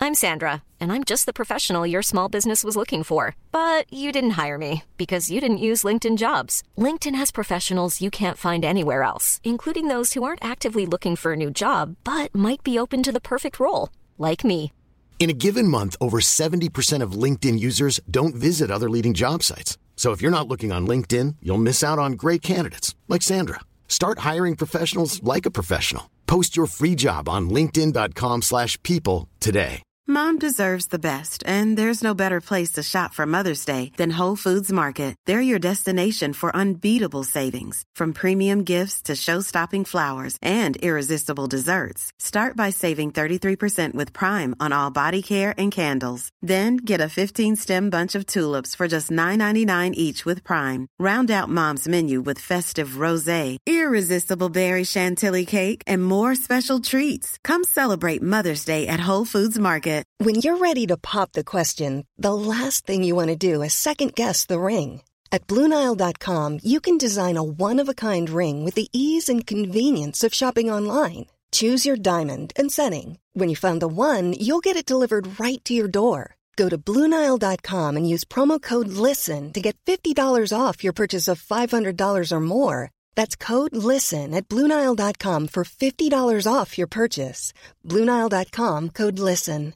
I'm Sandra, and I'm just the professional your small business was looking for. But you didn't hire me because you didn't use LinkedIn Jobs. LinkedIn has professionals you can't find anywhere else, including those who aren't actively looking for a new job, but might be open to the perfect role, like me. In a given month, over 70% of LinkedIn users don't visit other leading job sites. So if you're not looking on LinkedIn, you'll miss out on great candidates like Sandra. Start hiring professionals like a professional. Post your free job on linkedin.com/people today. Mom deserves the best, and there's no better place to shop for Mother's Day than Whole Foods Market. They're your destination for unbeatable savings, from premium gifts to show-stopping flowers and irresistible desserts. Start by saving 33% with Prime on all body care and candles. Then get a 15-stem bunch of tulips for just $9.99 each with Prime. Round out Mom's menu with festive rosé, irresistible berry chantilly cake, and more special treats. Come celebrate Mother's Day at Whole Foods Market. When you're ready to pop the question, the last thing you want to do is second-guess the ring. At BlueNile.com, you can design a one-of-a-kind ring with the ease and convenience of shopping online. Choose your diamond and setting. When you find the one, you'll get it delivered right to your door. Go to BlueNile.com and use promo code LISTEN to get $50 off your purchase of $500 or more. That's code LISTEN at BlueNile.com for $50 off your purchase. BlueNile.com, code LISTEN.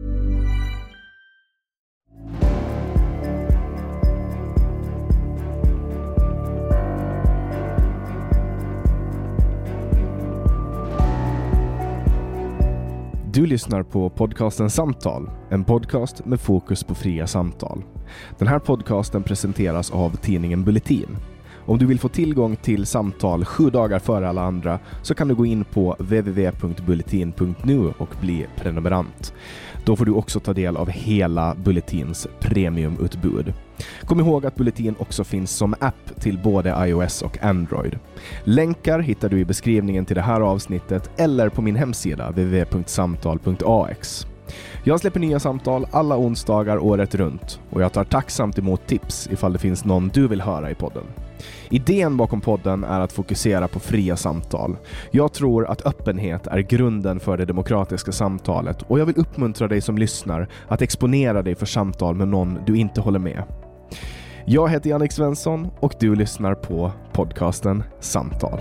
Du lyssnar på podcasten Samtal, en podcast med fokus på fria samtal. Den här podcasten presenteras av tidningen Bulletin. Om du vill få tillgång till samtal 7 dagar före alla andra så kan du gå in på www.bulletin.nu och bli prenumerant. Då får du också ta del av hela Bulletins premiumutbud. Kom ihåg att Bulletin också finns som app till både iOS och Android. Länkar hittar du i beskrivningen till det här avsnittet eller på min hemsida www.samtal.ax. Jag släpper nya samtal alla onsdagar året runt och jag tar tacksamt emot tips ifall det finns någon du vill höra i podden. Idén bakom podden är att fokusera på fria samtal. Jag tror att öppenhet är grunden för det demokratiska samtalet och jag vill uppmuntra dig som lyssnar att exponera dig för samtal med någon du inte håller med. Jag heter Jannik Svensson och du lyssnar på podcasten Samtal.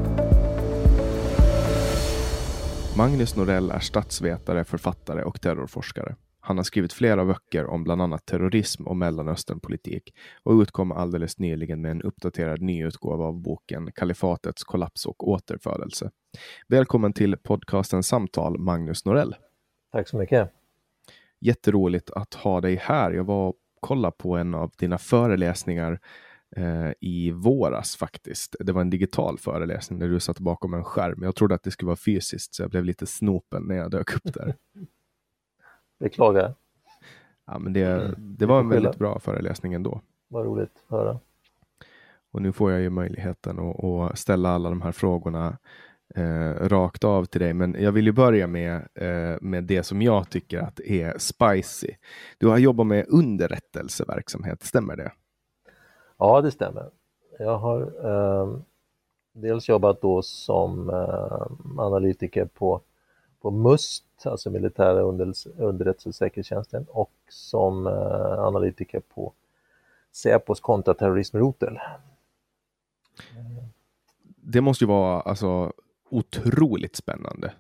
Magnus Norell är statsvetare, författare och terrorforskare. Han har skrivit flera böcker om bland annat terrorism och Mellanösternpolitik och utkom alldeles nyligen med en uppdaterad nyutgåva av boken Kalifatets kollaps och återfödelse. Välkommen till podcasten Samtal, Magnus Norell. Tack så mycket. Jätteroligt att ha dig här. Jag var och kollade på en av dina föreläsningar i våras faktiskt. Det var en digital föreläsning där du satt bakom en skärm. Jag trodde att det skulle vara fysiskt så jag blev lite snopen när jag dök upp där. Beklagar. Ja, men det var en väldigt bra föreläsning ändå. Vad roligt att höra. Och nu får jag ju möjligheten att ställa alla de här frågorna rakt av till dig. Men jag vill ju börja med det som jag tycker att är spicy. Du har jobbat med underrättelseverksamhet, stämmer det? Ja, det stämmer. Jag har dels jobbat då som analytiker på MUST, alltså militära underrättelsesäkerhetstjänsten, och som analytiker på Säpos kontraterrorismrotel. Det måste ju vara alltså otroligt spännande.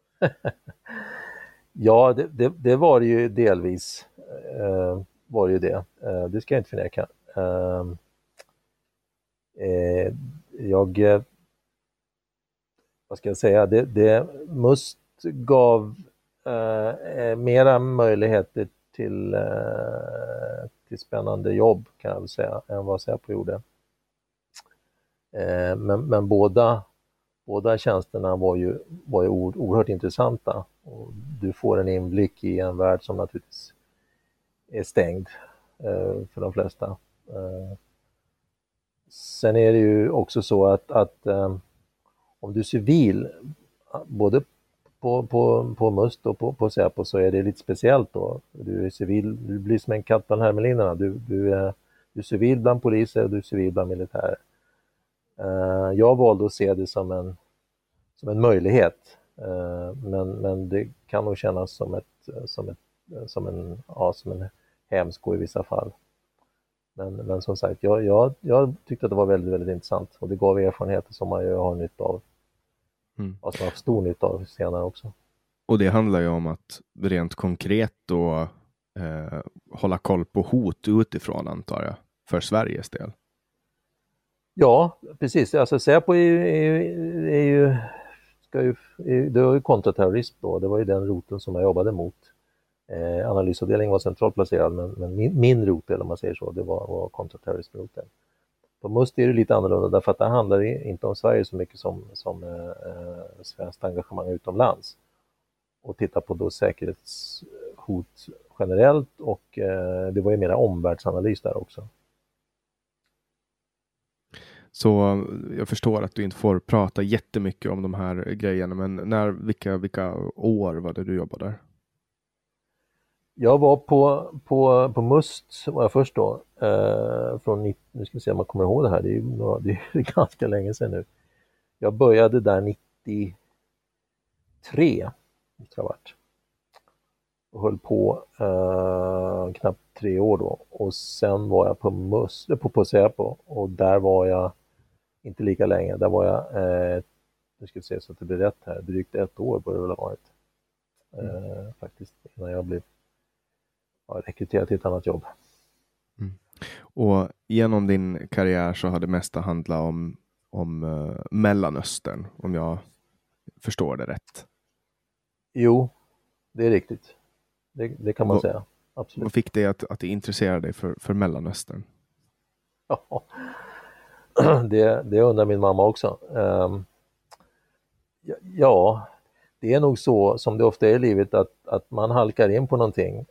Ja, det var det ju delvis. Var det ju det. Det ska jag inte förneka. Vad ska jag säga? Det MUST gav mera möjligheter till spännande jobb, kan jag väl säga, än vad Säpo gjorde. Men båda tjänsterna var ju oerhört intressanta, och du får en inblick i en värld som naturligtvis är stängd för de flesta. Sen är det ju också så att om du är civil, både på MUST och på Säpo, så är det lite speciellt då. Du är civil, du blir som en katt bland hermelinerna. Du är civil bland poliser och du är civil bland militärer. Jag valde att se det som en möjlighet, men det kan nog kännas som som en hämsko i vissa fall. Men som sagt, jag tyckte att det var väldigt, väldigt intressant och det gav erfarenheter som man ju har nytta av. Och som har haft stor nytta av senare också. Och det handlar ju om att rent konkret då hålla koll på hot utifrån, antar jag, för Sveriges del. Ja, precis. Alltså Säpo det var ju kontraterrorism då. Det var ju den roten som jag jobbade mot. Analysavdelningen var centralt placerad, men min rotel, om man säger så, det var kontraterrorismroten. På MUST är det lite annorlunda därför att det handlar inte om Sverige så mycket som svenskt engagemang utomlands. Och titta på då säkerhetshot generellt och det var ju mera omvärldsanalys där också. Så jag förstår att du inte får prata jättemycket om de här grejerna, men vilka år var det du jobbade där? Jag var på MUST var jag först då, nu ska vi se om man kommer ihåg det här, det är ganska länge sedan nu. Jag började där 93, tror jag varit. Och höll på knappt 3 år då. Och sen var jag på Säpo och där var jag inte lika länge. Där var jag, nu ska vi se så att det blir rätt här, drygt 1 år borde det väl ha varit. Faktiskt innan jag blev rekryterad till ett annat jobb. Och genom din karriär så har det mesta handlat om Mellanöstern, om jag förstår det rätt. Jo, det är riktigt. Det kan man säga. Absolut. Vad fick dig att intressera dig för Mellanöstern? Ja, det undrar min mamma också. Ja, det är nog så som det ofta är i livet att man halkar in på någonting.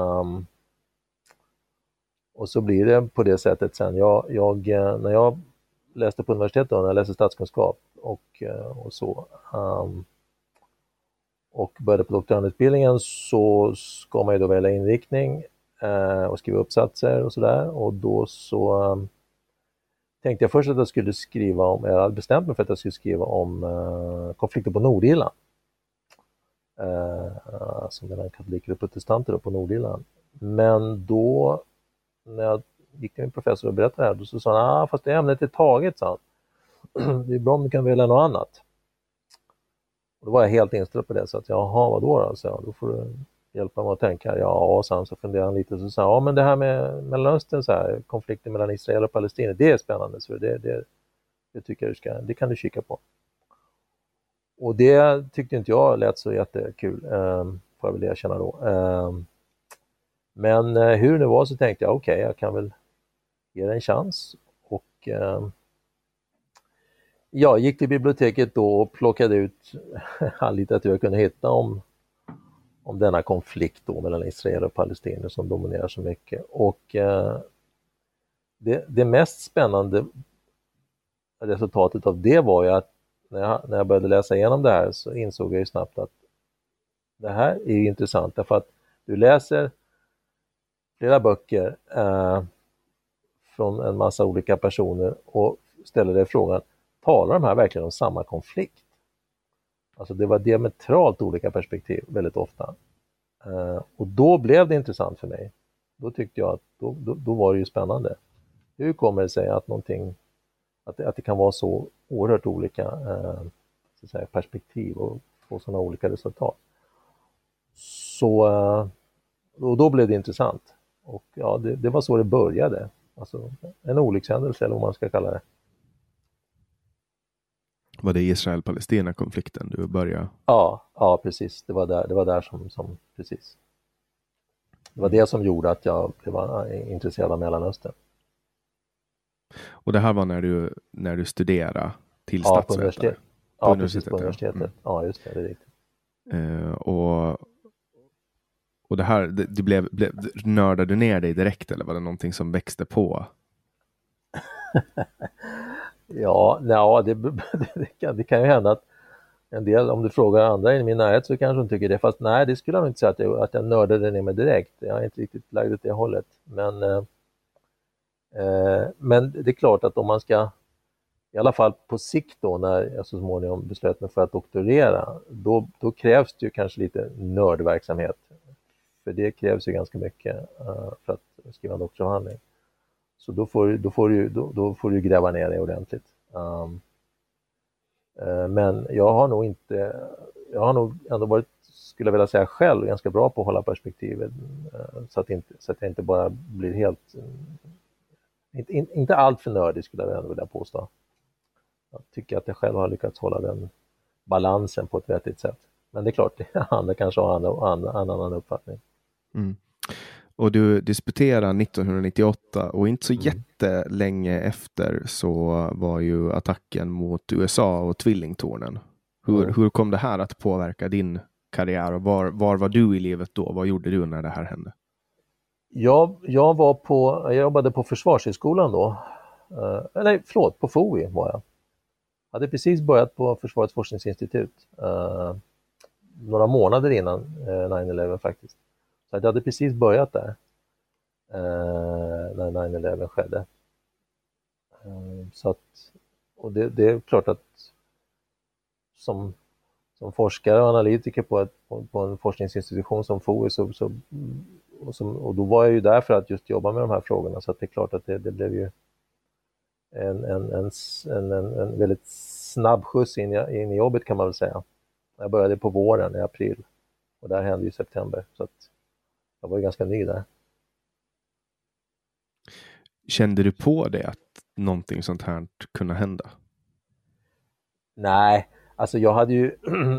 Och så blir det på det sättet sen. När jag läste på universitetet när jag läste statskunskap och så och började på doktorandutbildningen så ska man ju då välja inriktning och skriva uppsatser och sådär. Och då så tänkte jag först att jag skulle skriva om, jag hade bestämt mig för att jag skulle skriva om konflikter på Nordirland. Som mellan katoliker och protestanter då på Nordirland. Men då när jag gick till min professor och berättade det här, då så sa han, fast det ämnet är taget, sa han. Det är bra om du kan välja något annat. Och då var jag helt inställd på det, så att jaha, vadå då? Så då får du hjälpa mig att tänka. Ja, och sen så funderade han lite och så sa ja, men det här med Mellanöstern, så här, konflikten mellan Israel och Palestina, det är spännande, så det tycker jag det kan du kika på. Och det tyckte inte jag lät så jättekul, får jag väl erkänna då. Men hur det var så tänkte jag, okej, jag kan väl ge det en chans. Och jag gick till biblioteket då och plockade ut all litteratur jag kunde hitta om denna konflikt då mellan Israel och Palestina som dominerar så mycket. Och det mest spännande resultatet av det var ju att när jag började läsa igenom det här så insåg jag ju snabbt att det här är intressant därför att du läser flera böcker från en massa olika personer och ställer dig frågan, talar de här verkligen om samma konflikt? Alltså det var diametralt olika perspektiv väldigt ofta. Och då blev det intressant för mig. Då tyckte jag att då var det ju spännande. Hur kommer det sig att någonting, att det kan vara så oerhört olika så att säga, perspektiv och få sådana olika resultat? Och då blev det intressant. Och ja, det var så det började. Alltså en olyckshändelse eller vad man ska kalla det. Var det Israel-Palestina-konflikten du började? Ja, precis. Det var där som precis. Det var det som gjorde att jag blev intresserad av Mellanöstern. Och det här var när du studerade till statsvetare? På universitetet, precis, på universitetet. Mm. Ja, just det är riktigt. Och det här, nördade du ner dig direkt eller var det någonting som växte på? Det kan ju hända att en del, om du frågar andra i min närhet så kanske de tycker det, fast nej, det skulle jag inte säga att jag nördade ner mig direkt. Jag är inte riktigt lagd åt det hållet, men det är klart att om man ska, i alla fall på sikt då, när jag så småningom beslöt mig för att doktorera, då krävs det ju kanske lite nördverksamhet. för det krävs ju ganska mycket för att skriva en doktorsavhandling. Så då får du gräva ner dig ordentligt. Men jag har nog ändå varit, skulle jag vilja säga själv, ganska bra på att hålla perspektivet så att jag inte bara blir helt, inte allt för nördig, skulle jag ändå vilja påstå. Jag tycker att jag själv har lyckats hålla den balansen på ett vettigt sätt. Men det är klart, andra kanske har en annan uppfattning. Mm. Och du disputerade 1998 och inte så jättelänge efter så var ju attacken mot USA och tvillingtornen. Hur kom det här att påverka din karriär och var var du i livet då? Vad gjorde du när det här hände? Jag jobbade på Försvarshögskolan då. På FOI var jag. Jag hade precis börjat på Försvarets forskningsinstitut. Några månader innan 9/11 faktiskt. Så jag hade precis börjat där när 9/11 skedde. Så att, och det är klart att som forskare och analytiker på en forskningsinstitution som FOI och då var jag ju där för att just jobba med de här frågorna, så att det är klart att det blev ju en väldigt snabb skjuts in i jobbet, kan man väl säga. Jag började på våren i april och där hände i september, så att jag var ju ganska ny där. Kände du på det att någonting sånt här kunde hända? Nej, alltså jag hade ju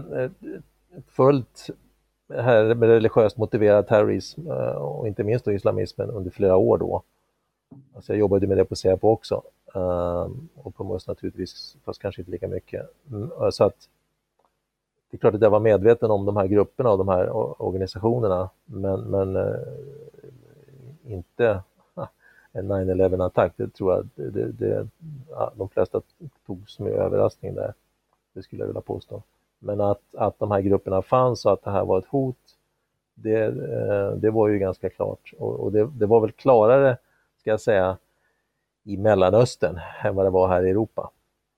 följt här med religiöst motiverad terrorism och inte minst då islamismen under flera år då. Alltså jag jobbade med det på Säpo också och på MUST naturligtvis, fast kanske inte lika mycket. Så att det är klart att jag var medveten om de här grupperna och de här organisationerna, men inte en 9/11-attack. Det tror jag de flesta tog som en överraskning där. Det skulle jag vilja påstå. Men att de här grupperna fanns och att det här var ett hot, det var ju ganska klart. Och det var väl klarare, ska jag säga, i Mellanöstern än vad det var här i Europa.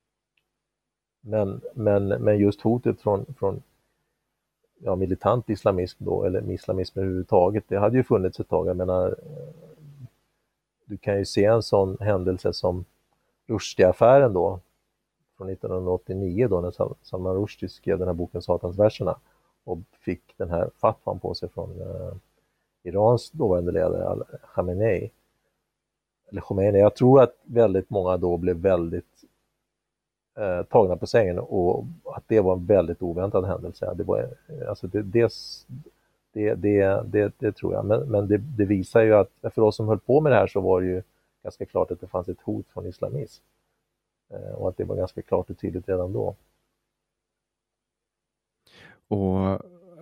Men just hotet från militant islamism då, eller islamism överhuvudtaget, det hade ju funnits ett tag. Jag menar, du kan ju se en sån händelse som Rushdie-affären då, från 1989 då, när Salman Rushdie skrev den här boken Satansverserna och fick den här fatwan på sig från Irans dåvarande ledare Khamenei. Jag tror att väldigt många då blev väldigt tagna på sängen och att det var en väldigt oväntad händelse. Det var, alltså det tror jag. Men det visar ju att för oss som höll på med det här så var det ju ganska klart att det fanns ett hot från islamism. Och att det var ganska klart och tydligt redan då. Och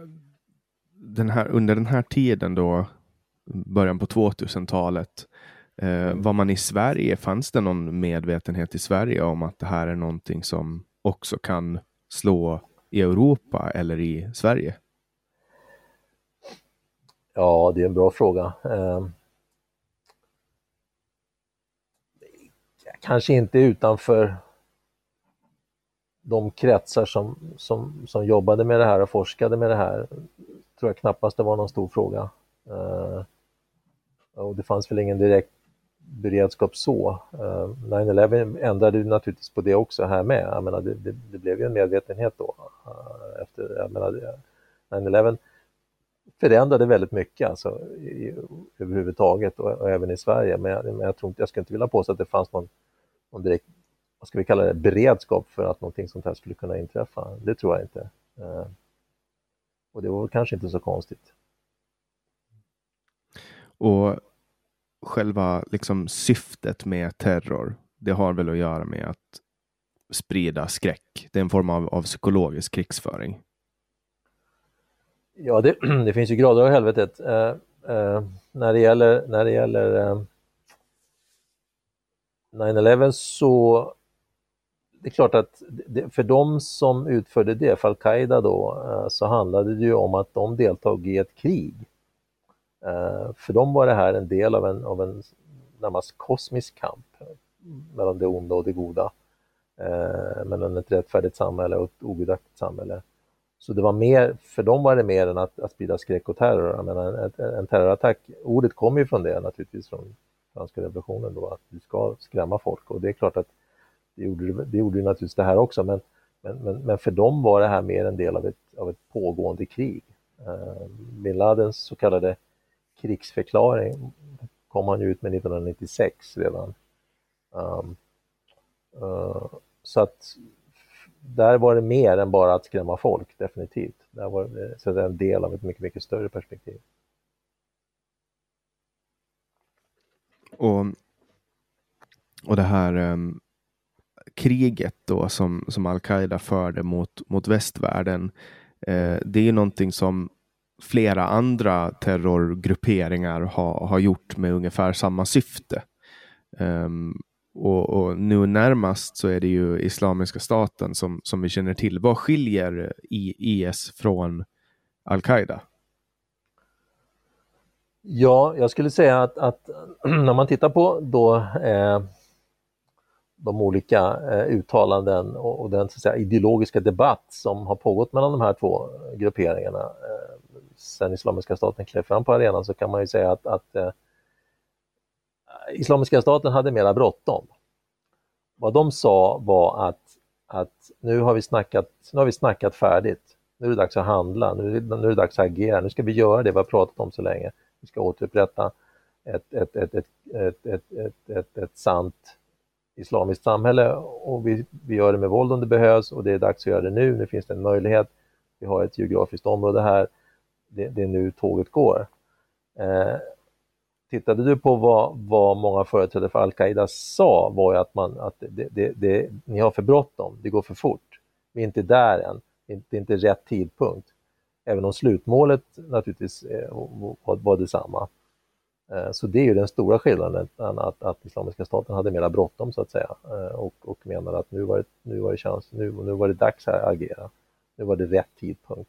under den här tiden då, början på 2000-talet, var man i Sverige, fanns det någon medvetenhet i Sverige om att det här är någonting som också kan slå i Europa eller i Sverige? Ja, det är en bra fråga. Kanske inte utanför de kretsar som jobbade med det här och forskade med det här, tror jag knappast det var någon stor fråga. Och det fanns väl ingen direkt beredskap så. 9/11 ändrade naturligtvis på det också här med. Jag menar, det blev ju en medvetenhet då. Efter 9/11 förändrade väldigt mycket alltså, överhuvudtaget och även i Sverige. Men jag tror inte, jag skulle inte vilja påstå att det fanns någon direkt, vad ska vi kalla det, beredskap för att någonting sånt här skulle kunna inträffa. Det tror jag inte. Och det var kanske inte så konstigt. Och själva liksom syftet med terror, det har väl att göra med att sprida skräck. Det är en form av psykologisk krigsföring. Ja, det finns ju grader av helvetet. När det gäller 9/11 så det är klart att för de som utförde det, för Al-Qaida då, så handlade det ju om att de deltog i ett krig. För dem var det här en del av en närmast kosmisk kamp mellan det onda och det goda, mellan ett rättfärdigt samhälle och ett ogudaktigt samhälle. Så det var mer, för dem var det mer än att sprida skräck och terror. Jag menar, en terrorattack, ordet kommer ju från det naturligtvis, från franska revolutionen då, att du ska skrämma folk. Och det är klart att det gjorde ju naturligtvis det här också, men för dem var det här mer en del av ett pågående krig. Bin Ladens så kallade krigsförklaring kom han ju ut med 1996 redan. Så att där var det mer än bara att skrämma folk, definitivt. Där var det, så det är en del av ett mycket, mycket större perspektiv. Och det här kriget då som Al-Qaida förde mot västvärlden, det är ju någonting som flera andra terrorgrupperingar har gjort med ungefär samma syfte. Och nu närmast så är det ju Islamiska staten som vi känner till. Vad skiljer IS från Al-Qaida? Ja, jag skulle säga att när man tittar på då de olika uttalanden och den så att säga, ideologiska debatt som har pågått mellan de här två grupperingarna sen Islamiska staten klev fram på arenan, så kan man ju säga att Islamiska staten hade mera bråttom. Vad de sa var att nu har vi snackat färdigt. Nu är det dags att handla, nu är det dags att agera, nu ska vi göra det vi har pratat om så länge. Vi ska återupprätta ett sant islamiskt samhälle, och vi gör det med våld om det behövs, och det är dags att göra det nu. Nu finns det en möjlighet. Vi har ett geografiskt område här. Det är nu tåget går. Tittade du på vad många företrädare för Al-Qaida sa, var ju att ni har för bråttom, det går för fort. Vi är inte där än. Det är inte rätt tidpunkt. Även om slutmålet naturligtvis var detsamma. Så det är ju den stora skillnaden, att Islamiska staten hade mera bråttom så att säga, och menade att nu var det dags att agera. Nu var det rätt tidpunkt.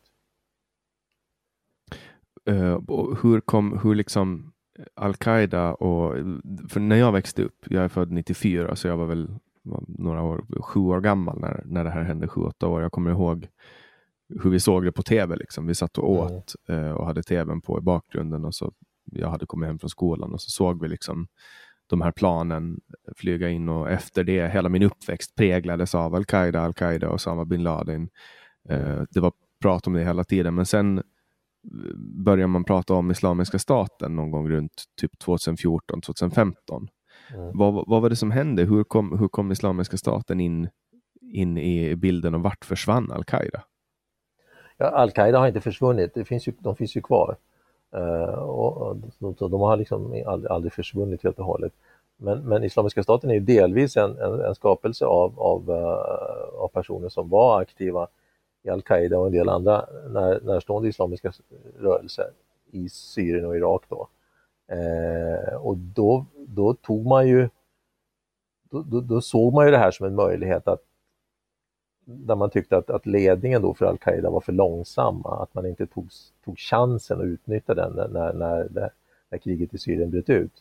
Hur liksom Al-Qaida, och för när jag växte upp, jag är född 94, så jag var väl några år, 7 år gammal när det här hände, 7-8 år. Jag kommer ihåg hur vi såg det på tv liksom. Vi satt och åt och hade tvn på i bakgrunden, och så jag hade kommit hem från skolan och så såg vi liksom de här planen flyga in, och efter det hela min uppväxt präglades av Al-Qaida och Osama bin Laden. Det var prat om det hela tiden, men sen börjar man prata om Islamiska staten någon gång runt typ 2014-2015. Vad var det som hände? Hur kom Islamiska staten in i bilden, och vart försvann Al-Qaida? Ja, Al-Qaida har inte försvunnit, de finns ju kvar. Och de har liksom aldrig försvunnit helt och hållet. Men Islamiska staten är ju delvis en skapelse av personer som var aktiva i Al-Qaida och en del andra närstående islamiska rörelser i Syrien och Irak då. Och då tog man ju då såg man ju det här som en möjlighet, att där man tyckte att ledningen då för Al-Qaida var för långsamma, att man inte tog chansen att utnyttja den när kriget i Syrien bröt ut.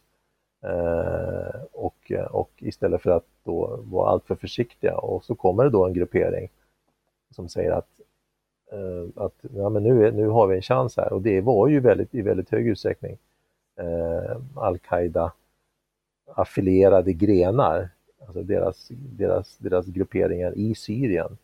Och istället för att då vara allt för försiktiga, och så kommer det då en gruppering som säger att ja, men nu har vi en chans här, och det var ju i väldigt hög utsträckning Al-Qaida affilierade grenar, alltså deras grupperingar i Syrien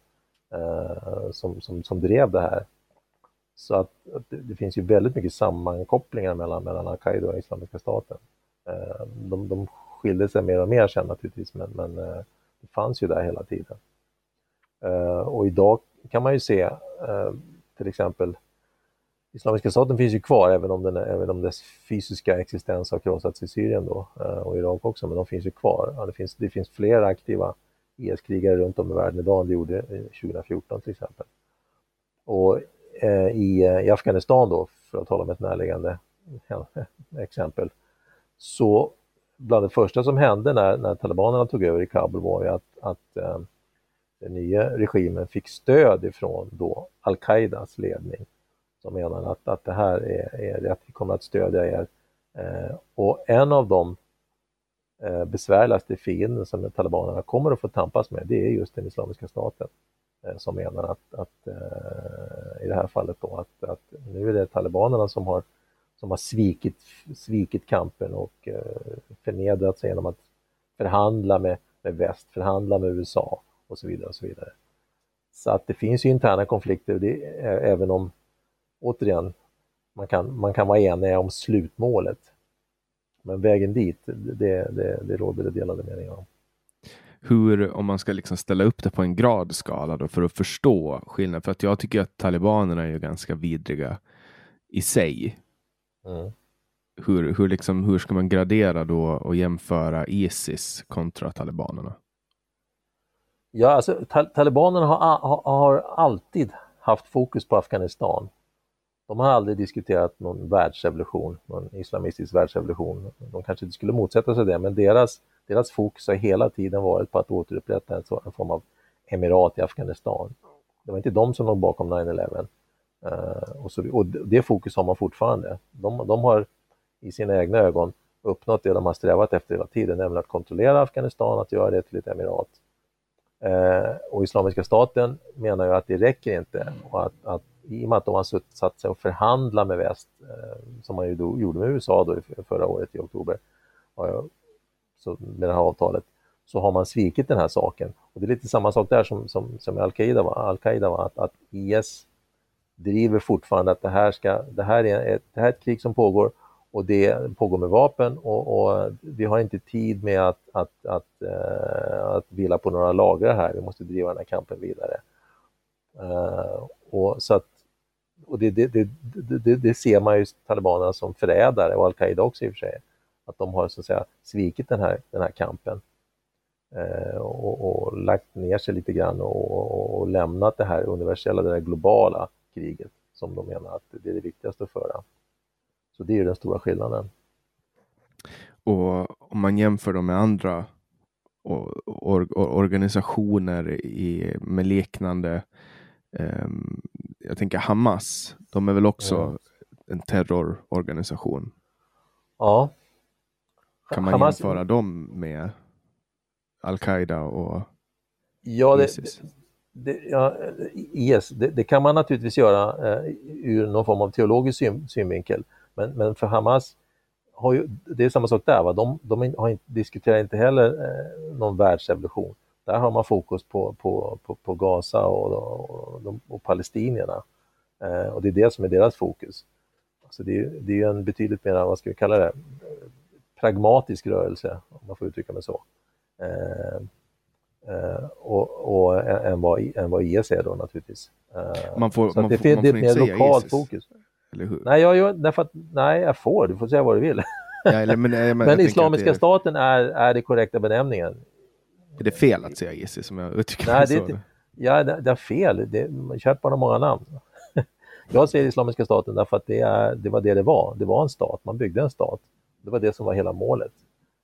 som drev det här. Så att det finns ju väldigt mycket sammankopplingar mellan Al-Qaida och Islamiska staten. De skilde sig mer och mer sen naturligtvis, men det fanns ju där hela tiden. Och idag kan man ju se till exempel Islamiska staten finns ju kvar, även om dess fysiska existens har krossats i Syrien då, och Irak också, men de finns ju kvar. Ja, det finns flera aktiva IS-krigare runt om i världen idag än det gjorde 2014 till exempel. Och i Afghanistan då, för att tala om ett närliggande exempel, så bland det första som hände när talibanerna tog över i Kabul var ju att den nya regimen fick stöd ifrån då Al-Qaidas ledning, som menar att det här är rätt, vi kommer att stödja er. Och en av de besvärligaste fienden som talibanerna kommer att få tampas med, det är just den Islamiska staten. som menar att i det här fallet då att nu är det talibanerna som har svikit kampen och förnedrat sig genom att förhandla med väst, förhandla med USA och så vidare och så vidare. Så att det finns ju interna konflikter, även om återigen man kan vara eniga om slutmålet. Men vägen dit, det råder det delade meningar om. Hur, om man ska liksom ställa upp det på en gradskala då för att förstå skillnaden, för att jag tycker att talibanerna är ju ganska vidriga i sig. Mm. Hur ska man gradera då och jämföra ISIS kontra talibanerna? Ja, alltså talibanerna har alltid haft fokus på Afghanistan. De har aldrig diskuterat någon världsrevolution, någon islamistisk världsrevolution. De kanske inte skulle motsätta sig det, men deras fokus har hela tiden varit på att återupprätta en form av emirat i Afghanistan. Det var inte de som låg bakom 9/11. Och det fokus har man fortfarande. De har i sina egna ögon uppnått det de har strävat efter hela tiden, nämligen att kontrollera Afghanistan, att göra det till ett emirat. Och Islamiska staten menar ju att det räcker inte, och att i och med att de har satt sig och förhandla med väst, som man ju gjorde med USA då förra året i oktober, så med det här avtalet, så har man svikit den här saken. Och det är lite samma sak där som Al-Qaida var, att IS driver fortfarande att det här är ett krig som pågår, och det pågår med vapen, och vi har inte tid med att vila på några lagrar här. Vi måste driva den här kampen vidare. Och det ser man ju talibanerna som förrädare, och Al-Qaida också i och för sig, att de har så att säga svikit den här kampen och lagt ner sig lite grann och lämnat det här universella, det här globala kriget som de menar att det är det viktigaste att föra. Så det är ju den stora skillnaden. Och om man jämför dem med andra organisationer med liknande, jag tänker Hamas, de är väl också en terrororganisation. Ja. Kan man jämföra dem med Al-Qaida och ISIS? Det kan man naturligtvis göra ur någon form av teologisk synvinkel. Men för Hamas det är samma sak där. Va? De diskuterar inte heller någon världsrevolution. Där har man fokus på Gaza och palestinierna. Och det är det som är deras fokus. Så det är ju en betydligt mer, vad ska vi kalla det, pragmatisk rörelse, om man får uttrycka mig så. Än vad IS är då naturligtvis. Man får det är ett mer lokalt fokus. Eller hur? Nej, du får säga vad du vill. Ja, men Islamiska staten är det korrekta benämningen. Är det fel att säga ISIS som jag tycker? Nej, det är fel. Kärt barn har många namn. Jag säger Islamiska staten därför att det var det var. Det var en stat, man byggde en stat. Det var det som var hela målet.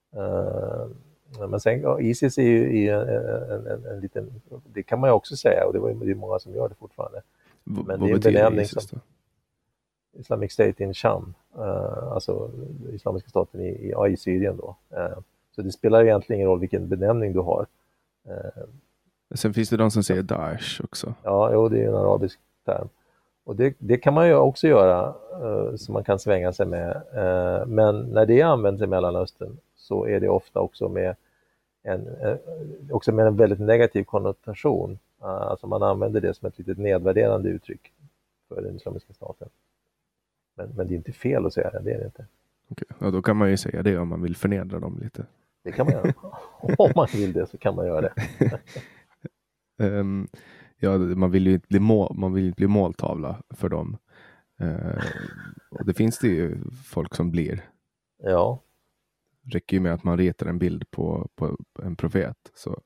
Men sen, ISIS är ju en liten, det kan man ju också säga, och det är många som gör det fortfarande. Men det är en benämning som Islamic State in Sham, alltså Islamiska staten i Syrien då. Så det spelar egentligen ingen roll vilken benämning du har. Sen finns det de som säger Daesh också. Ja, det är en arabisk term. Och det kan man ju också göra, så man kan svänga sig med. Men när det används i Mellanöstern så är det ofta också med en väldigt negativ konnotation. Alltså man använder det som ett litet nedvärderande uttryck för den islamiska staten. Men det är inte fel att säga det är det inte. Okej. Ja, då kan man ju säga det om man vill förnedra dem lite. Det kan man göra. Om man vill det så kan man göra det. Ja, man vill ju inte bli måltavla för dem. Och det finns det ju folk som blir. Ja. Det räcker ju med att man ritar en bild på en profet. Så.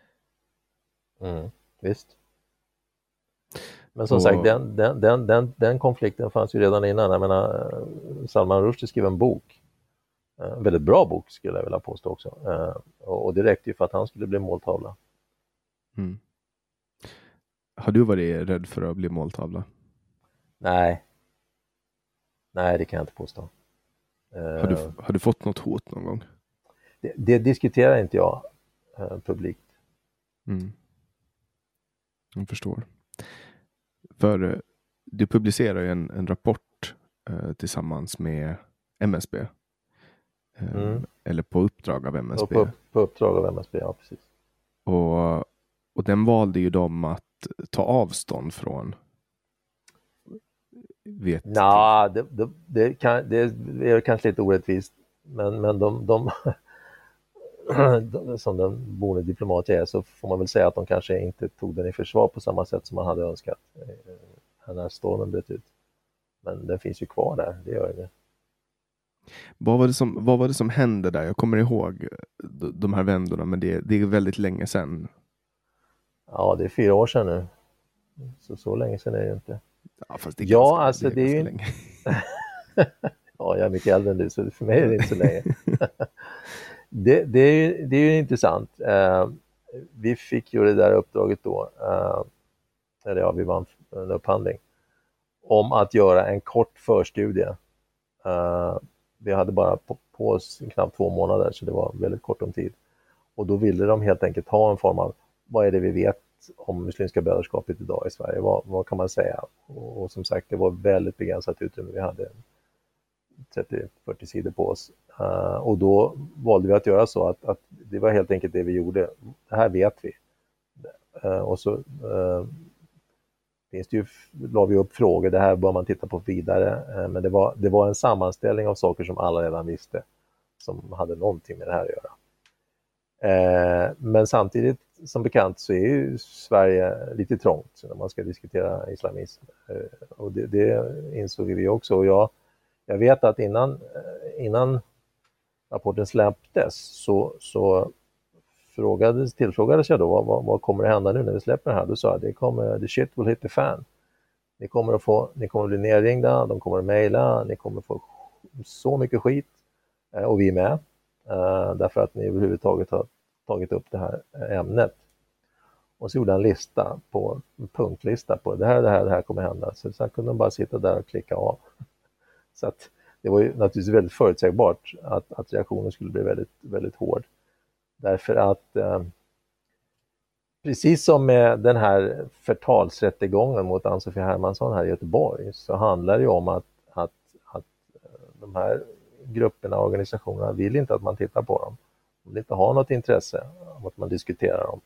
Visst. Men som sagt, den konflikten fanns ju redan innan. Jag menar, Salman Rushdie skrev en bok. En väldigt bra bok skulle jag vilja påstå också. Och det räckte ju för att han skulle bli måltavla. Mm. Har du varit rädd för att bli måltavla? Nej, det kan jag inte påstå. Har du fått något hot någon gång? Det diskuterar inte jag publikt. Mm. Jag förstår. För du publicerar ju en rapport tillsammans med MSB. Eller på uppdrag av MSB. På uppdrag av MSB, ja precis. Och den valde ju de att ta avstånd från. Det är kanske lite orättvist. Men de som den boende diplomat är, så får man väl säga att de kanske inte tog den i försvar på samma sätt som man hade önskat när stormen bröt ut. Men den finns ju kvar där, det gör det. Vad var det som hände där? Jag kommer ihåg de här vändorna, men det är väldigt länge sedan. Ja, det är 4 år sedan nu. Så länge sedan är det inte. Ja, fast det är alltså det är ju länge. Ja, jag är mycket äldre än du, så för mig är det inte så länge. Det är ju intressant. Vi fick ju det där uppdraget då. Vi vann en upphandling om att göra en kort förstudie. Vi hade bara på oss knappt 2 månader, så det var väldigt kort om tid. Och då ville de helt enkelt ha en form av, vad är det vi vet om Muslimska brödraskapet idag i Sverige? Vad kan man säga? Och som sagt, det var väldigt begränsat utrymme. Vi hade 30-40 sidor på oss. Och då valde vi att göra så att det var helt enkelt det vi gjorde. Det här vet vi. Och så la vi upp frågor. Det här bör man titta på vidare. Men det var en sammanställning av saker som alla redan visste, som hade någonting med det här att göra. Men samtidigt, som bekant, så är ju Sverige lite trångt när man ska diskutera islamism. Och det insåg vi också. Och jag vet att innan rapporten släpptes så tillfrågades jag då vad kommer att hända nu när vi släpper det här. Då sa jag, the shit will hit the fan. Ni kommer att bli nerringda, de kommer att mejla, ni kommer att få så mycket skit, och vi är med, därför att ni överhuvudtaget har tagit upp det här ämnet. Och så gjorde en punktlista på det här kommer hända. Så sen kunde de bara sitta där och klicka av. Så att det var ju naturligtvis väldigt förutsägbart att reaktionen skulle bli väldigt, väldigt hård. Därför att precis som med den här förtalsrättegången mot Ann-Sofie Hermansson här i Göteborg, så handlar det ju om att de här grupperna och organisationerna vill inte att man tittar på dem. De vill inte ha något intresse av att man diskuterar dem.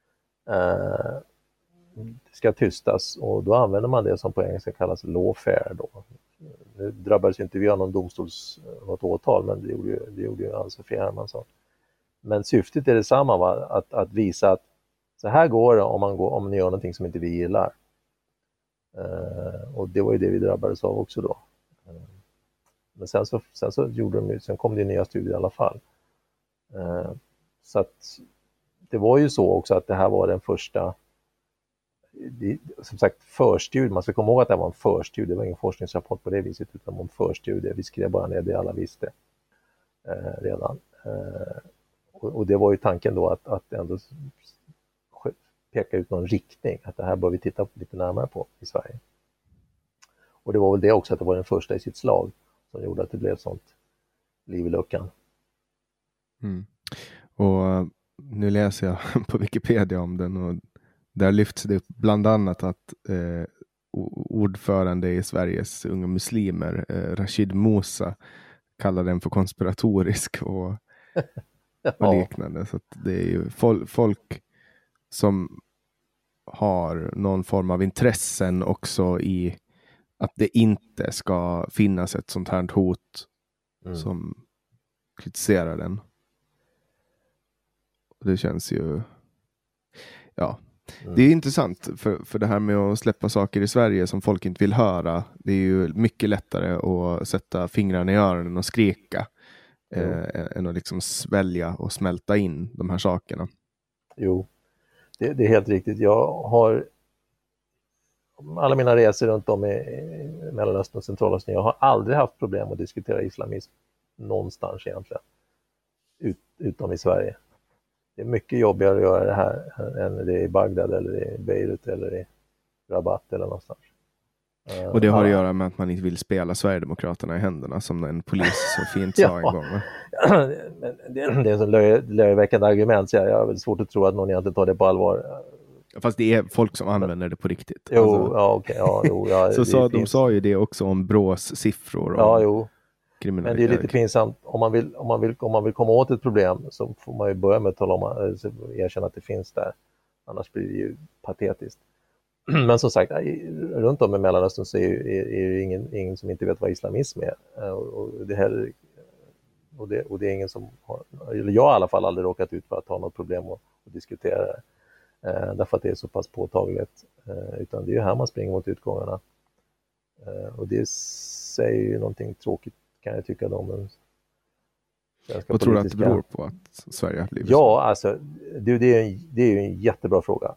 Det ska tystas, och då använder man det som på engelska kallas lawfare då. Nu drabbades ju inte vi av något åtal, men det gjorde ju Ann-Sofie Hermansson. Men syftet är detsamma, att visa att så här går det om ni gör någonting som inte vi gillar. Och det var ju det vi drabbades av också då. Men sen så kom det nya studier i alla fall. Så att det var ju så också att det här var den första, som sagt, förstudie. Man ska komma ihåg att det var en förstudie, det var ingen forskningsrapport på det viset, utan en förstudie. Vi skrev bara ner det alla visste redan. Och det var ju tanken då att ändå peka ut någon riktning, att det här bör vi titta lite närmare på i Sverige. Och det var väl det också, att det var den första i sitt slag som gjorde att det blev sånt liv i luckan. Och nu läser jag på Wikipedia om den, och där lyfts det upp bland annat att ordförande i Sveriges unga muslimer, Rashid Musa, kallar den för konspiratorisk och liknande. Så att det är ju folk som har någon form av intressen också i att det inte ska finnas ett sånt här hot som kritiserar den. Det känns ju, det är intressant för det här med att släppa saker i Sverige som folk inte vill höra. Det är ju mycket lättare att sätta fingrarna i öronen och skrika än att liksom svälja och smälta in de här sakerna. Jo, det är helt riktigt. Jag har alla mina resor runt om i Mellanöstern och Centralasien, jag har aldrig haft problem att diskutera islamism någonstans egentligen, utom i Sverige. Det är mycket jobbigare att göra det här än det är i Bagdad eller i Beirut eller i Rabat eller någonstans. Och det har att göra med att man inte vill spela Sverigedemokraterna i händerna, som en polis så fint sa en gång. Det är en sån löjeväckande argument, så jag har väldigt svårt att tro att någon egentligen tar det på allvar. Fast det är folk som använder det på riktigt. Jo, alltså, ja okej. Ja, jo, ja, de sa ju det också om Brås siffror. Ja, jo. Men det är lite pinsamt. Om man vill komma åt ett problem så får man ju börja med att erkänna att det finns där. Annars blir det ju patetiskt. Men som sagt, runt om i Mellanöstern så är det ingen som inte vet vad islamism är. Och det är ingen som har, eller jag har i alla fall aldrig råkat ut för att ha något problem att diskutera det. Därför att det är så pass påtagligt. Utan det är ju här man springer mot utgångarna. Och det säger ju någonting tråkigt, kan jag tycka, om den svenska Vad tror du att det beror på att Sverige har blivit så? Alltså, det är ju en jättebra fråga.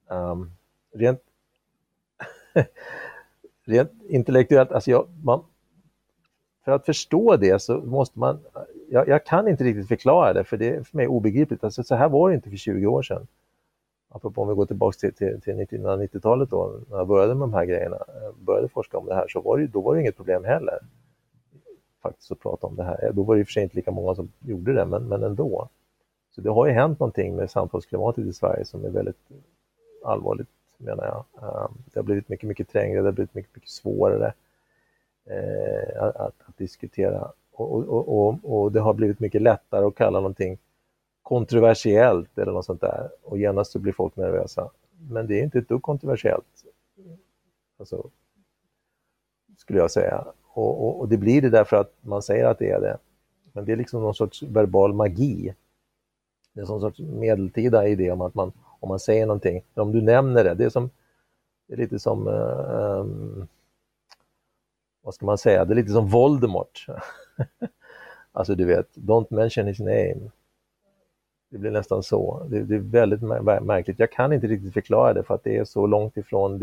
Rent intellektuellt, alltså för att förstå det så måste man, jag kan inte riktigt förklara det, för det är för mig obegripligt. Alltså, så här var det inte för 20 år sedan. Apropå om vi går tillbaka till 1990-talet då, när jag började med de här grejerna, började forska om det här, då var det inget problem heller faktiskt att prata om det här. Då var det i och för sig inte lika många som gjorde det, men ändå. Så det har ju hänt någonting med samtalsklimatet i Sverige som är väldigt allvarligt, menar jag. Det har blivit mycket, mycket trängre, det har blivit mycket, mycket svårare att diskutera. Och det har blivit mycket lättare att kalla någonting kontroversiellt eller något sånt där. Och genast så blir folk nervösa. Men det är inte ett dugg kontroversiellt. Alltså, skulle jag säga. Och det blir det därför att man säger att det är det. Men det är liksom någon sorts verbal magi. Det är en sorts medeltida idé om att om man säger någonting, om du nämner det, det är lite som vad ska man säga, det är lite som Voldemort. Alltså du vet, don't mention his name. Det blir nästan så. Det är väldigt märkligt. Jag kan inte riktigt förklara det, för att det är så långt ifrån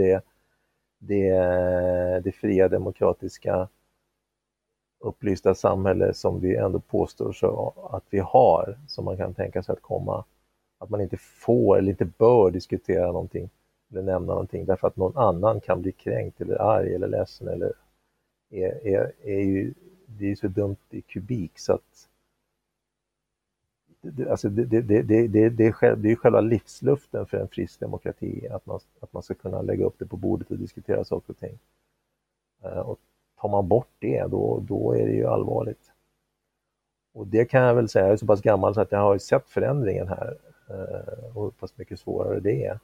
det fria, demokratiska, upplysta samhälle som vi ändå påstår så att vi har, som man kan tänka sig att komma. Att man inte får eller inte bör diskutera någonting eller nämna någonting därför att någon annan kan bli kränkt eller arg eller ledsen eller det är så dumt i kubik så att det är själva livsluften för en frisk demokrati att man ska kunna lägga upp det på bordet och diskutera saker och ting. Och tar man bort det, då är det ju allvarligt. Och det kan jag väl säga, jag är så pass gammal så att jag har sett förändringen här och hur pass mycket svårare det är.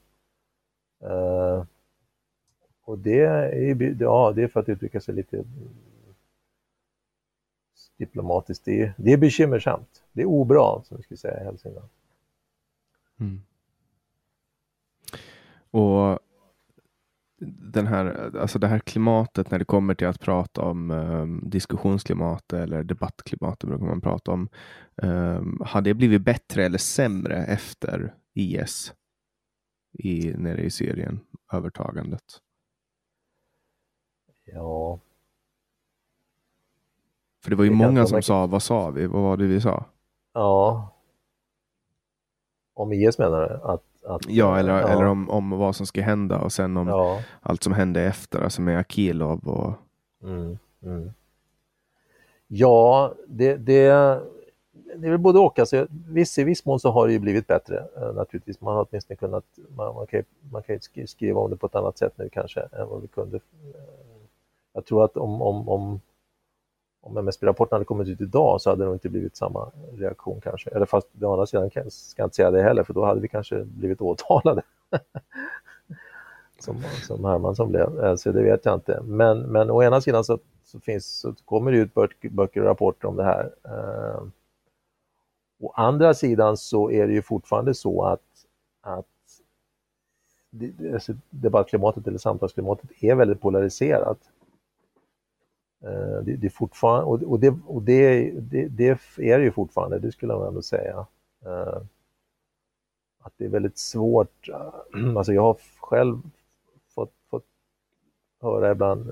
Och det är för att uttrycka sig lite diplomatiskt. Det är bekymmersamt. Det är obra, som vi skulle säga i Hälsingland. Mm. Och det här klimatet, när det kommer till att prata om diskussionsklimat eller debattklimatet brukar man prata om. Har det blivit bättre eller sämre efter IS nere i Syrien, övertagandet? Ja. För det var ju många som sa, vad sa vi? Vad var det vi sa? Ja. Om IS menar du? Eller om vad som ska hända och sen om allt som hände efter, alltså med Akilov och... Mm. Ja, det är väl både och. Alltså, i viss mån så har det ju blivit bättre. Naturligtvis, man har åtminstone kunnat, man kan ju skriva om det på ett annat sätt nu kanske än vad vi kunde. Jag tror att om MSB-rapporten hade kommit ut idag så hade det nog inte blivit samma reaktion kanske. Eller fast å andra sidan ska jag inte säga det heller, för då hade vi kanske blivit åtalade. som Hermansson blev. Så det vet jag inte. Men å ena sidan så kommer det ut böcker och rapporter om det här. Å andra sidan så är det ju fortfarande så att debattklimatet eller samtalsklimatet är väldigt polariserat. Det är fortfarande, och det är ju fortfarande, det skulle jag ändå säga, att det är väldigt svårt. Alltså jag har själv fått höra ibland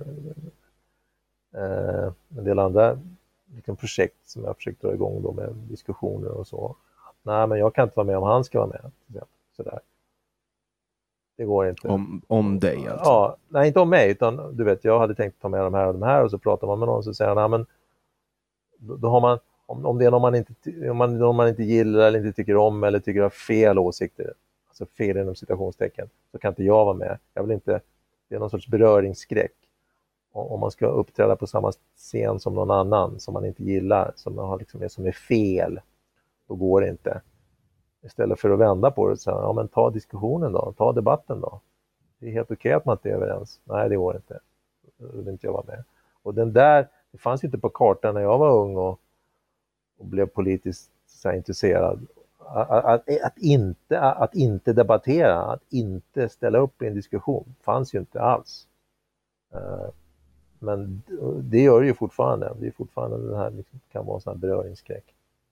en del andra projekt som jag försökt dra igång då med diskussioner och så. Nej, men jag kan inte vara med om han ska vara med. Sådär. Det går inte. Om dig alltså? Ja, nej, inte om mig, utan du vet, jag hade tänkt ta med de här och så pratar man med någon så säger han, men då har man, om det är någon man inte gillar eller inte tycker om eller tycker har fel åsikter, alltså fel inom citationstecken, så kan inte jag vara med. Jag vill inte, det är någon sorts beröringsskräck. Om man ska uppträda på samma scen som någon annan som man inte gillar, som man har liksom, som är fel, då går det inte. Istället för att vända på det, så ja, men ta diskussionen då, ta debatten då. Det är helt okej att man inte är överens. Nej, det går inte. Det vill inte jag vara med. Och den där, det fanns ju inte på kartan när jag var ung och blev politiskt så här intresserad. Att inte debattera, att inte ställa upp i en diskussion, fanns ju inte alls. Men det gör det ju fortfarande. Det är fortfarande den här, liksom, kan vara en sån här beröringsskräck.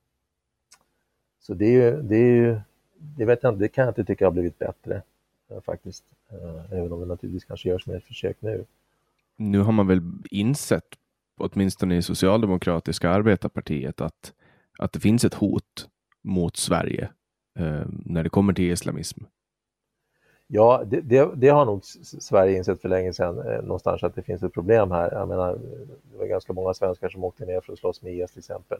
Så det vet jag inte, det kan jag inte tycka har blivit bättre faktiskt. Även om det naturligtvis kanske görs med ett försök nu. Nu har man väl insett, åtminstone i Socialdemokratiska arbetarpartiet, att det finns ett hot mot Sverige när det kommer till islamism. Ja, det har nog Sverige insett för länge sedan någonstans, att det finns ett problem här. Jag menar, det var ganska många svenskar som åkte ner för att slåss med IS till exempel.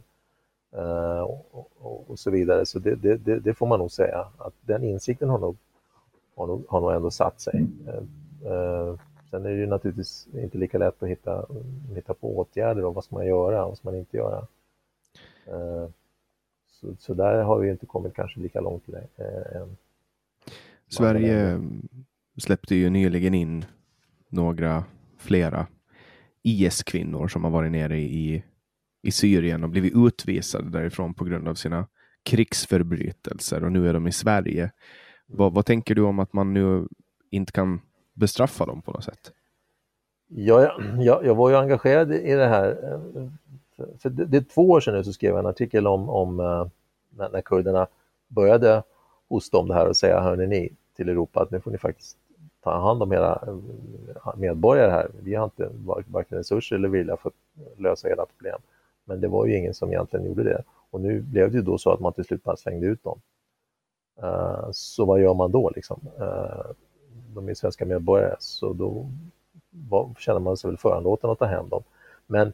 Och så vidare. Så det får man nog säga. Att den insikten har nog ändå satt sig. Sen är det ju naturligtvis inte lika lätt att hitta på åtgärder och vad ska man göra och vad ska man inte göra. Så där har vi inte kommit kanske lika långt än. Sverige släppte ju nyligen in flera IS-kvinnor som har varit nere i Syrien och blivit utvisade därifrån på grund av sina krigsförbrytelser, och nu är de i Sverige. Vad tänker du om att man nu inte kan bestraffa dem på något sätt? Jag var ju engagerad i det här. För det är 2 år sedan nu så skrev jag en artikel om när kurderna började hosta om det här och säga, hörni ni till Europa, att nu får ni faktiskt ta hand om era medborgare här. Vi har inte varken resurser eller vilja för att lösa era problem. Men det var ju ingen som egentligen gjorde det. Och nu blev det ju då så att man till slut bara slängde ut dem. Så vad gör man då liksom? De är svenska medborgare, så då känner man sig väl föranlåten att ta hem dem. Men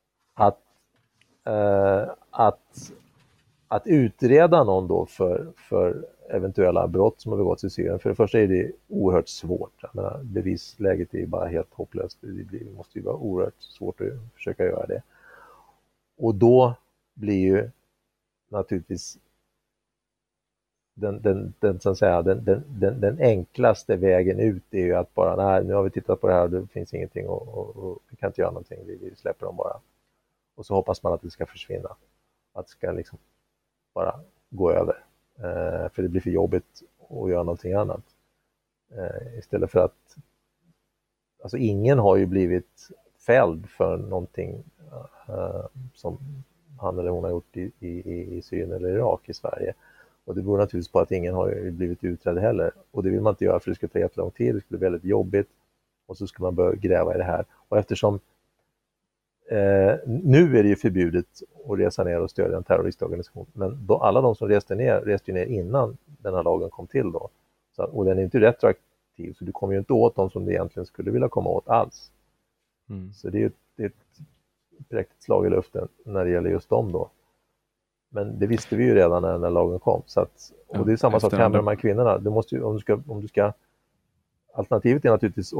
att utreda någon då för eventuella brott som har begåtts i Syrien, för det första är det oerhört svårt. Jag menar, bevisläget är bara helt hopplöst. Det måste ju vara oerhört svårt att försöka göra det. Och då blir ju naturligtvis den enklaste vägen ut är ju att bara, nej, nu har vi tittat på det här och det finns ingenting och vi kan inte göra någonting, vi släpper dem bara. Och så hoppas man att det ska försvinna. Att det ska liksom bara gå över. För det blir för jobbigt att göra någonting annat. Istället för att, alltså ingen har ju blivit fälld för någonting som han eller hon har gjort i Syrien eller Irak i Sverige. Och det beror naturligtvis på att ingen har blivit utredd heller. Och det vill man inte göra, för det ska ta jättelång tid, det skulle bli väldigt jobbigt. Och så ska man börja gräva i det här. Och eftersom nu är det ju förbjudet att resa ner och stödja en terroristorganisation. Men alla de som reste ju ner innan den här lagen kom till då. Och den är inte retroaktiv, så du kommer ju inte åt dem som du egentligen skulle vilja komma åt alls. Så det är ett direkt slag i luften när det gäller just dem då. Men det visste vi ju redan när den här lagen kom. Så att, och det är samma sak här med de här kvinnorna. Du måste ju, om du ska alternativet är naturligtvis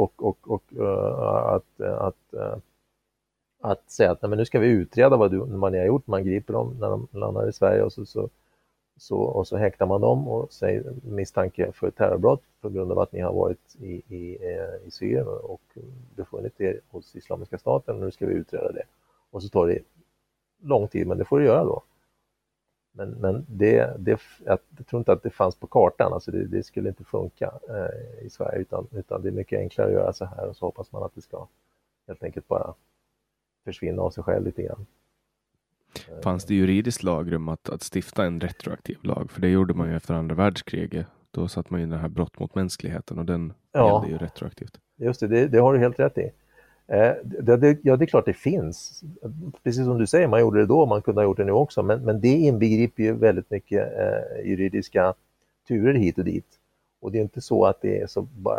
att säga att nej, men nu ska vi utreda vad man har gjort. Man griper dem när de landar i Sverige och så häktar man dem och säger misstanke för terrorbrott på grund av att ni har varit i Syrien och befunnit er hos Islamiska staten, och nu ska vi utreda det. Och så tar det lång tid, men det får du göra då. Men jag tror inte att det fanns på kartan, alltså det skulle inte funka i Sverige, utan det är mycket enklare att göra så här, och så hoppas man att det ska helt enkelt bara försvinna av sig själv lite grann. Fanns det juridiskt lagrum att stifta en retroaktiv lag? För det gjorde man ju efter andra världskriget. Då satt man ju den här brott mot mänskligheten, och den gällde ju retroaktivt. Just det har du helt rätt i. Det är klart det finns. Precis som du säger, man gjorde det då, man kunde ha gjort det nu också. Men det inbegriper ju väldigt mycket juridiska turer hit och dit. Och det är inte så att det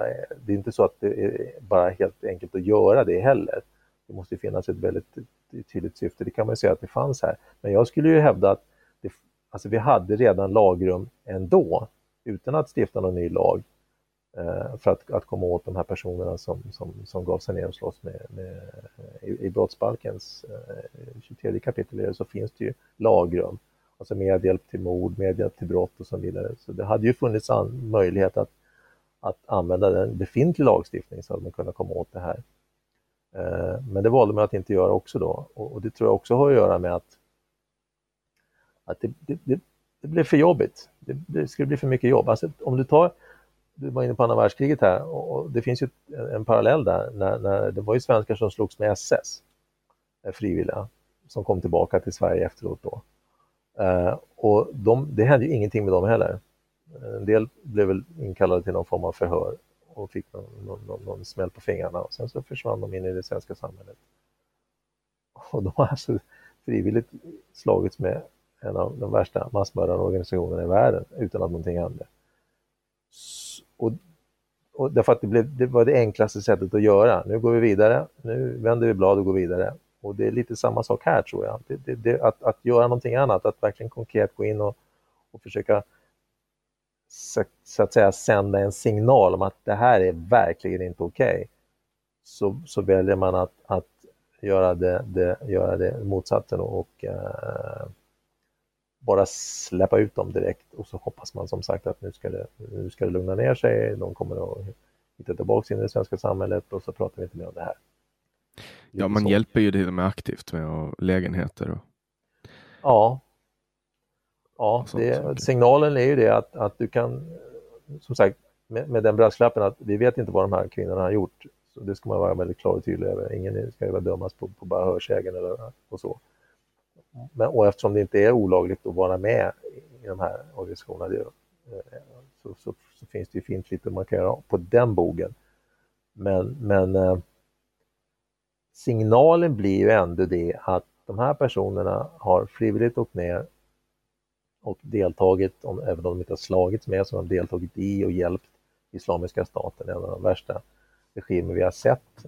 är bara helt enkelt att göra det heller. Det måste finnas ett väldigt tydligt syfte. Det kan man ju säga att det fanns här. Men jag skulle ju hävda att vi hade redan lagrum ändå utan att stifta någon ny lag för att komma åt de här personerna som gav sig ner och slåss i brottsbalkens 23 kapitel så finns det ju lagrum, alltså medhjälp till mord, medhjälp till brott och så vidare. Så det hade ju funnits möjlighet att använda den befintliga lagstiftning så att man kunde komma åt det här. Men det valde man att inte göra också då, och det tror jag också har att göra med att det blev för jobbigt. Det skulle bli för mycket jobb. Alltså, om du var inne på andra världskriget här, och det finns ju en parallell där när det var ju svenskar som slogs med SS, frivilliga, som kom tillbaka till Sverige efteråt då. Och det hände ju ingenting med dem heller. En del blev väl inkallade till någon form av förhör och fick någon smäll på fingrarna, och sen så försvann de in i det svenska samhället. Och de har alltså frivilligt slagits med en av de värsta massmördarorganisationerna i världen utan att någonting hände. Och därför att det var det enklaste sättet att göra. Nu går vi vidare, nu vänder vi blad och går vidare. Och det är lite samma sak här, tror jag. Att göra någonting annat, att verkligen konkret gå in och försöka så att säga sända en signal om att det här är verkligen inte okej. Så väljer man att göra det motsatsen och bara släppa ut dem direkt, och så hoppas man som sagt att nu ska det lugna ner sig, de kommer att hitta tillbaka in i det svenska samhället, och så pratar vi inte mer om det här. Ja, man hjälper ju det med aktivt med lägenheter. Ja, signalen är ju det att du kan, som sagt, med den brasklappen att vi vet inte vad de här kvinnorna har gjort, så det ska man vara väldigt klar och tydlig över. Ingen ska ju vara dömas på bara hörsägen eller och så. Och eftersom det inte är olagligt att vara med i de här organisationerna, så finns det ju fint lite man kan göra på den bogen. Men signalen blir ju ändå det att de här personerna har frivilligt åkt ner och deltagit, även om de inte har slagits med, så har de deltagit i och hjälpt Islamiska staten, en av de värsta regimer vi har sett.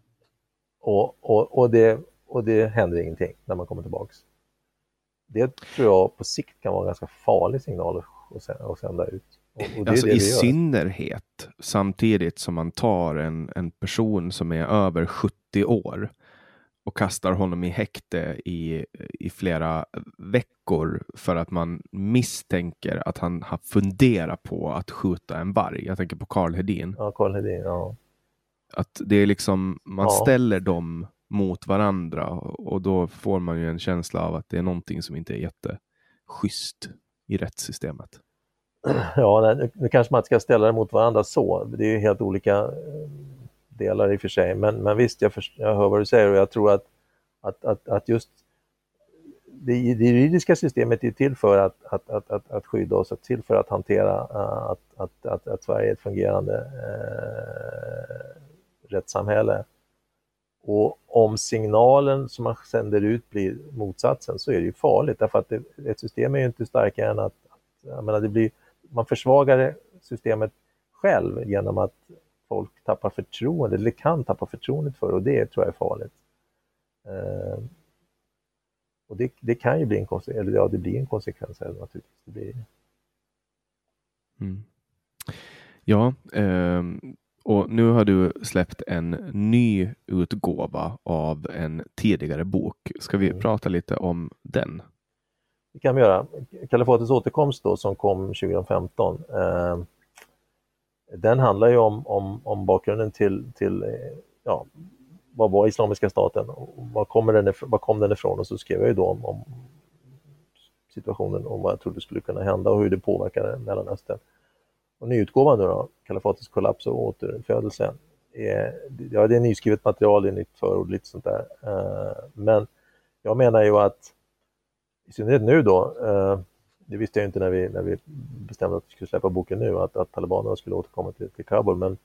Och det händer ingenting när man kommer tillbaks. Det tror jag på sikt kan vara en ganska farlig signal att sända ut. Och det alltså är det i synnerhet samtidigt som man tar en person som är över 70 år och kastar honom i häkte i flera veckor för att man misstänker att han har funderat på att skjuta en varg. Jag tänker på Karl Hedin. Ja, Karl Hedin, ja. Att det är liksom, man ställer dem mot varandra, och då får man ju en känsla av att det är någonting som inte är jätteschysst i rättssystemet. Ja, nu kanske man inte ska ställa dem mot varandra så. Det är ju helt olika delar i och för sig. Men visst, jag hör vad du säger, och jag tror att just det juridiska systemet är till för att skydda oss, till för att hantera att Sverige är ett fungerande rättssamhälle. Och om signalen som man sänder ut blir motsatsen, så är det ju farligt, därför att ett system är ju inte starkare än att jag menar, man försvagar systemet själv genom att folk tappar förtroende, eller kan tappa förtroendet för, och det tror jag är farligt. Och det kan ju bli en konsekvens, eller ja, det blir en konsekvens här, naturligtvis. Det blir... Ja, och nu har du släppt en ny utgåva av en tidigare bok. Ska vi prata lite om den? Det kan vi göra. Kalifatets återkomst då, som kom 2015. Den handlar ju om bakgrunden till vad var Islamiska staten? Var kom den ifrån? Och så skrev jag ju då om situationen, om vad jag trodde skulle kunna hända och hur det påverkade Mellanöstern. Och nyutgåvan då, Kalifatets kollaps och återfödelse, det är nyskrivet material, det är nytt förord, lite sånt där. Men jag menar ju att i synnerhet nu då, det visste jag inte när vi bestämde att vi skulle släppa boken nu, att talibanerna skulle återkomma till Kabul, men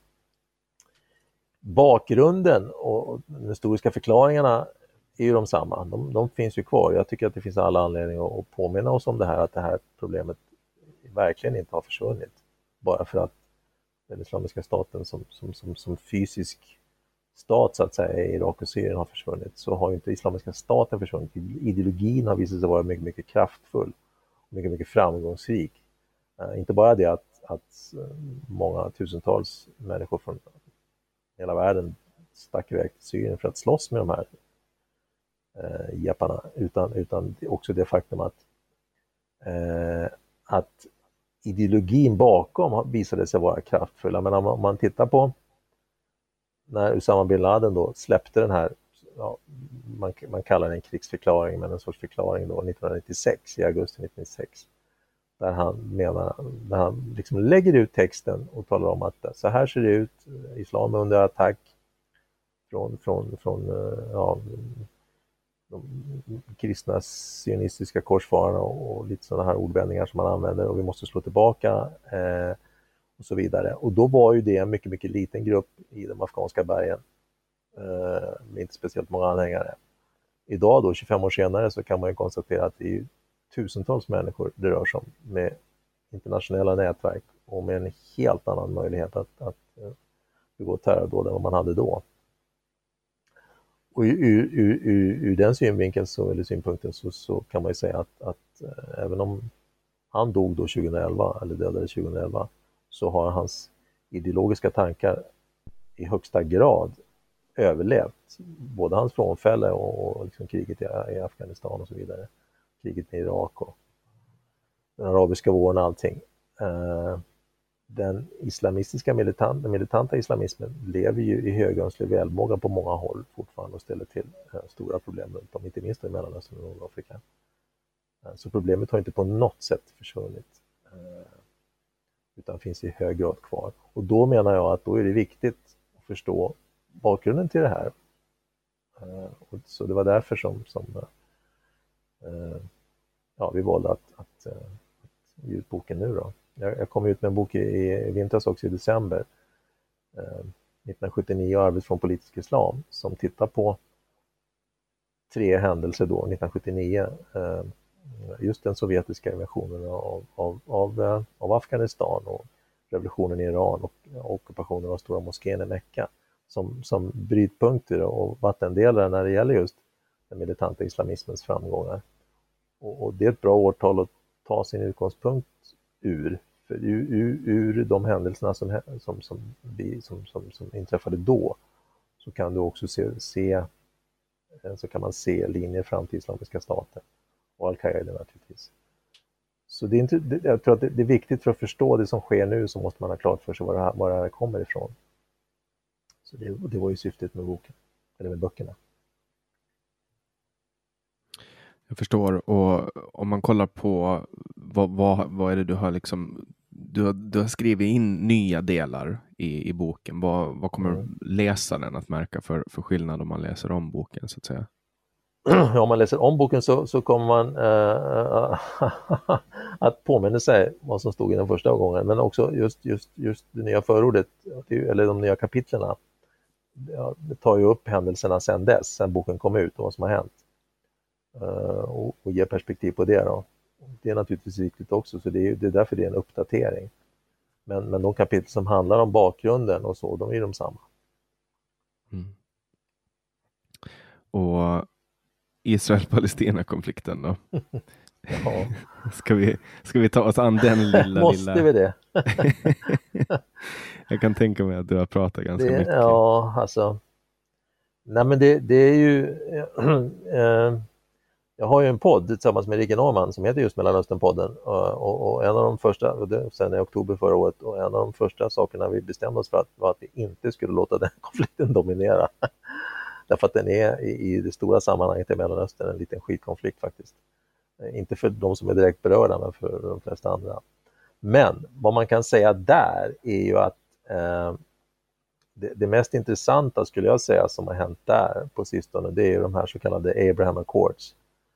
bakgrunden och de historiska förklaringarna är ju de samma. De finns ju kvar. Jag tycker att det finns alla anledningar att påminna oss om det här, att det här problemet verkligen inte har försvunnit. Bara för att den Islamiska staten som fysisk stat, så att säga, i Irak och Syrien har försvunnit, så har ju inte Islamiska staten försvunnit. Ideologin har visat sig vara mycket, mycket kraftfull och mycket, mycket framgångsrik. Inte bara det att många tusentals människor från hela världen stack iväg till Syrien för att slåss med de här jeparna, utan också det faktum att ideologin bakom visade sig vara kraftfull. Men om man tittar på när Usama bin Laden då släppte den här, man kallar det en krigsförklaring, men en sorts förklaring då 1996, i augusti 1996, där han liksom lägger ut texten och talar om att så här ser det ut, islam är under attack från de kristna sionistiska korsfararna och lite sådana här ordvändningar som man använder, och vi måste slå tillbaka och så vidare. Och då var ju det en mycket, mycket liten grupp i de afghanska bergen med inte speciellt många anhängare. Idag då, 25 år senare, så kan man ju konstatera att det är tusentals människor det rör sig om, med internationella nätverk och med en helt annan möjlighet att begå terrordåd än vad man hade då. Och ur den synvinkeln eller synpunkten så kan man ju säga att även om han dog då 2011, eller dödades 2011, så har hans ideologiska tankar i högsta grad överlevt. Både hans frånfälle och liksom kriget i Afghanistan och så vidare. Kriget med Irak och den arabiska våren och allting. Den islamistiska militanta islamismen lever ju i högönsklig välmåga på många håll fortfarande och ställer till stora problem runt om, inte minst i Mellanöstern och Nordafrika. Så problemet har inte på något sätt försvunnit, utan finns i hög grad kvar. Och då menar jag att då är det viktigt att förstå bakgrunden till det här. Så det var därför som vi valde att ge ut boken nu då. Jag kom ut med en bok i vintras också, i december 1979, Arvet från politisk islam, som tittar på 3 händelser då, 1979. Just den sovjetiska invasionen av Afghanistan och revolutionen i Iran och ockupationen av stora moskén i Mecka som brytpunkter och vattendelare när det gäller just den militanta islamismens framgångar. Och det är ett bra årtal att ta sin utgångspunkt ur de händelserna som inträffade då, så kan du också så kan man se linjer fram till Islamiska staten och Al-Qaida naturligtvis. Så jag tror att det är viktigt för att förstå det som sker nu, så måste man ha klart för sig var det här kommer ifrån. Så det var ju syftet med boken, eller med böckerna. Jag förstår. Och om man kollar på vad är det du har liksom, du har skrivit in nya delar i boken. Vad kommer läsaren att märka för skillnad om man läser om boken, så att säga? Ja, om man läser om boken så kommer man att påminna sig vad som stod i den första gången, men också just det nya förordet, eller de nya kapitlerna. Det tar ju upp händelserna sen boken kom ut och vad som har hänt. Och ger perspektiv på det då. Det är naturligtvis viktigt också, så det är därför det är en uppdatering. Men de kapitel som handlar om bakgrunden och så, de är de samma. Och Israel-Palestina-konflikten då? Ja. Ska vi ta oss an den lilla... Måste vi det? Jag kan tänka mig att du har pratat ganska mycket. Ja, alltså... Nej, men det är ju... Jag har ju en podd tillsammans med Rikke Norman som heter just Mellanöstern-podden, och en av de första, sen i oktober förra året, och en av de första sakerna vi bestämde oss för var att vi inte skulle låta den konflikten dominera. Därför att den är i det stora sammanhanget i Mellanöstern en liten skitkonflikt faktiskt. Inte för de som är direkt berörda, men för de flesta andra. Men vad man kan säga där är ju att det mest intressanta, skulle jag säga, som har hänt där på sistone, det är ju de här så kallade Abraham Accords.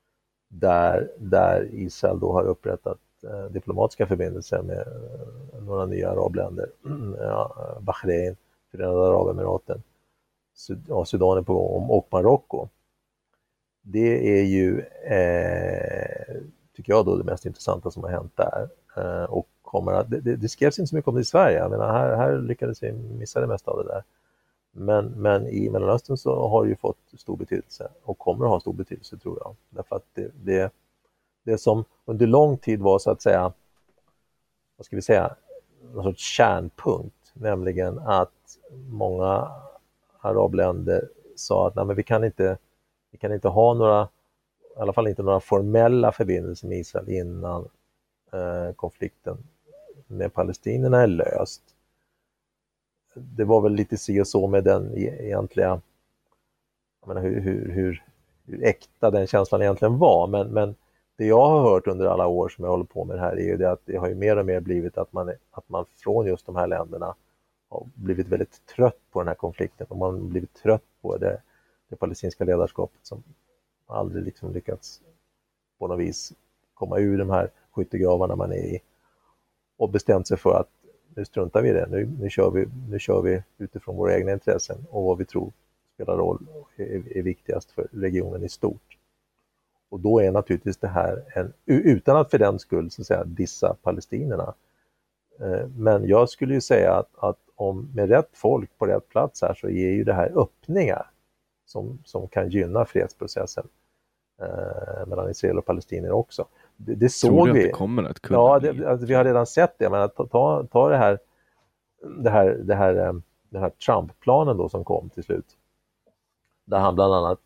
Där Israel då har upprättat diplomatiska förbindelser med några nya arabländer, Bahrain, Förenade Arabemiraten, Sudan är på gång, och Marocko. Det är ju, tycker jag då, det mest intressanta som har hänt där. Och det skrevs inte så mycket om det i Sverige. Jag menar, här lyckades vi missa det mesta av det där. Men i Mellanöstern så har det ju fått stor betydelse och kommer att ha stor betydelse, tror jag. Därför att det som under lång tid var, så att säga, vad ska vi säga, någon sorts kärnpunkt, nämligen att många arabländer sa att nej, men vi kan inte ha några, i alla fall inte några formella förbindelser med Israel innan konflikten med palestinierna är löst. Det var väl lite si och så med den egentliga, jag menar, hur äkta den känslan egentligen var, men det jag har hört under alla år som jag håller på med det här är ju det att det har ju mer och mer blivit att man från just de här länderna har blivit väldigt trött på den här konflikten, och man har blivit trött på det palestinska ledarskapet som aldrig liksom lyckats på något vis komma ur de här skyttegravarna man är i, och bestämt sig för att nu struntar vi i det, nu kör vi utifrån våra egna intressen och vad vi tror spelar roll är viktigast för regionen i stort. Och då är naturligtvis det här utan att för den skull så att säga dissa palestinerna. Men jag skulle ju säga att om med rätt folk på rätt plats här så ger ju det här öppningar som kan gynna fredsprocessen mellan Israel och palestinier också. Det såg vi. Att det kommer att kunna alltså, vi har redan sett det, men att ta det här Trump-planen då som kom till slut. Där han bland annat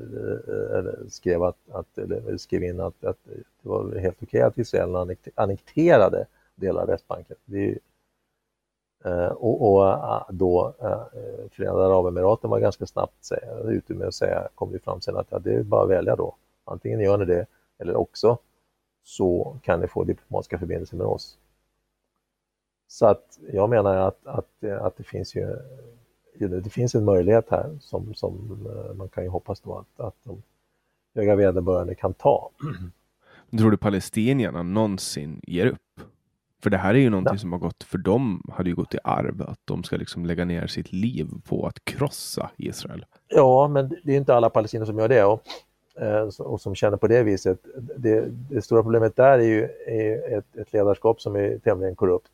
skrev in att det var helt okej att Israel annekterade delar av Västbanken. Då Förenade Arabemiraten var ganska snabbt ute med att säga, kom det fram sen att det är bara att välja då. Antingen gör ni det eller också så kan ni få diplomatiska förbindelser med oss. Så att jag menar att det finns en möjlighet här som man kan ju hoppas då att de höga vederbörande kan ta. Tror du palestinierna någonsin ger upp? För det här är ju någonting som har gått, för dem hade ju gått i arv, att de ska liksom lägga ner sitt liv på att krossa Israel. Ja, men det är inte alla palestinier som gör det och som känner på det viset. Det stora problemet där är ju ett ledarskap som är tämligen korrupt.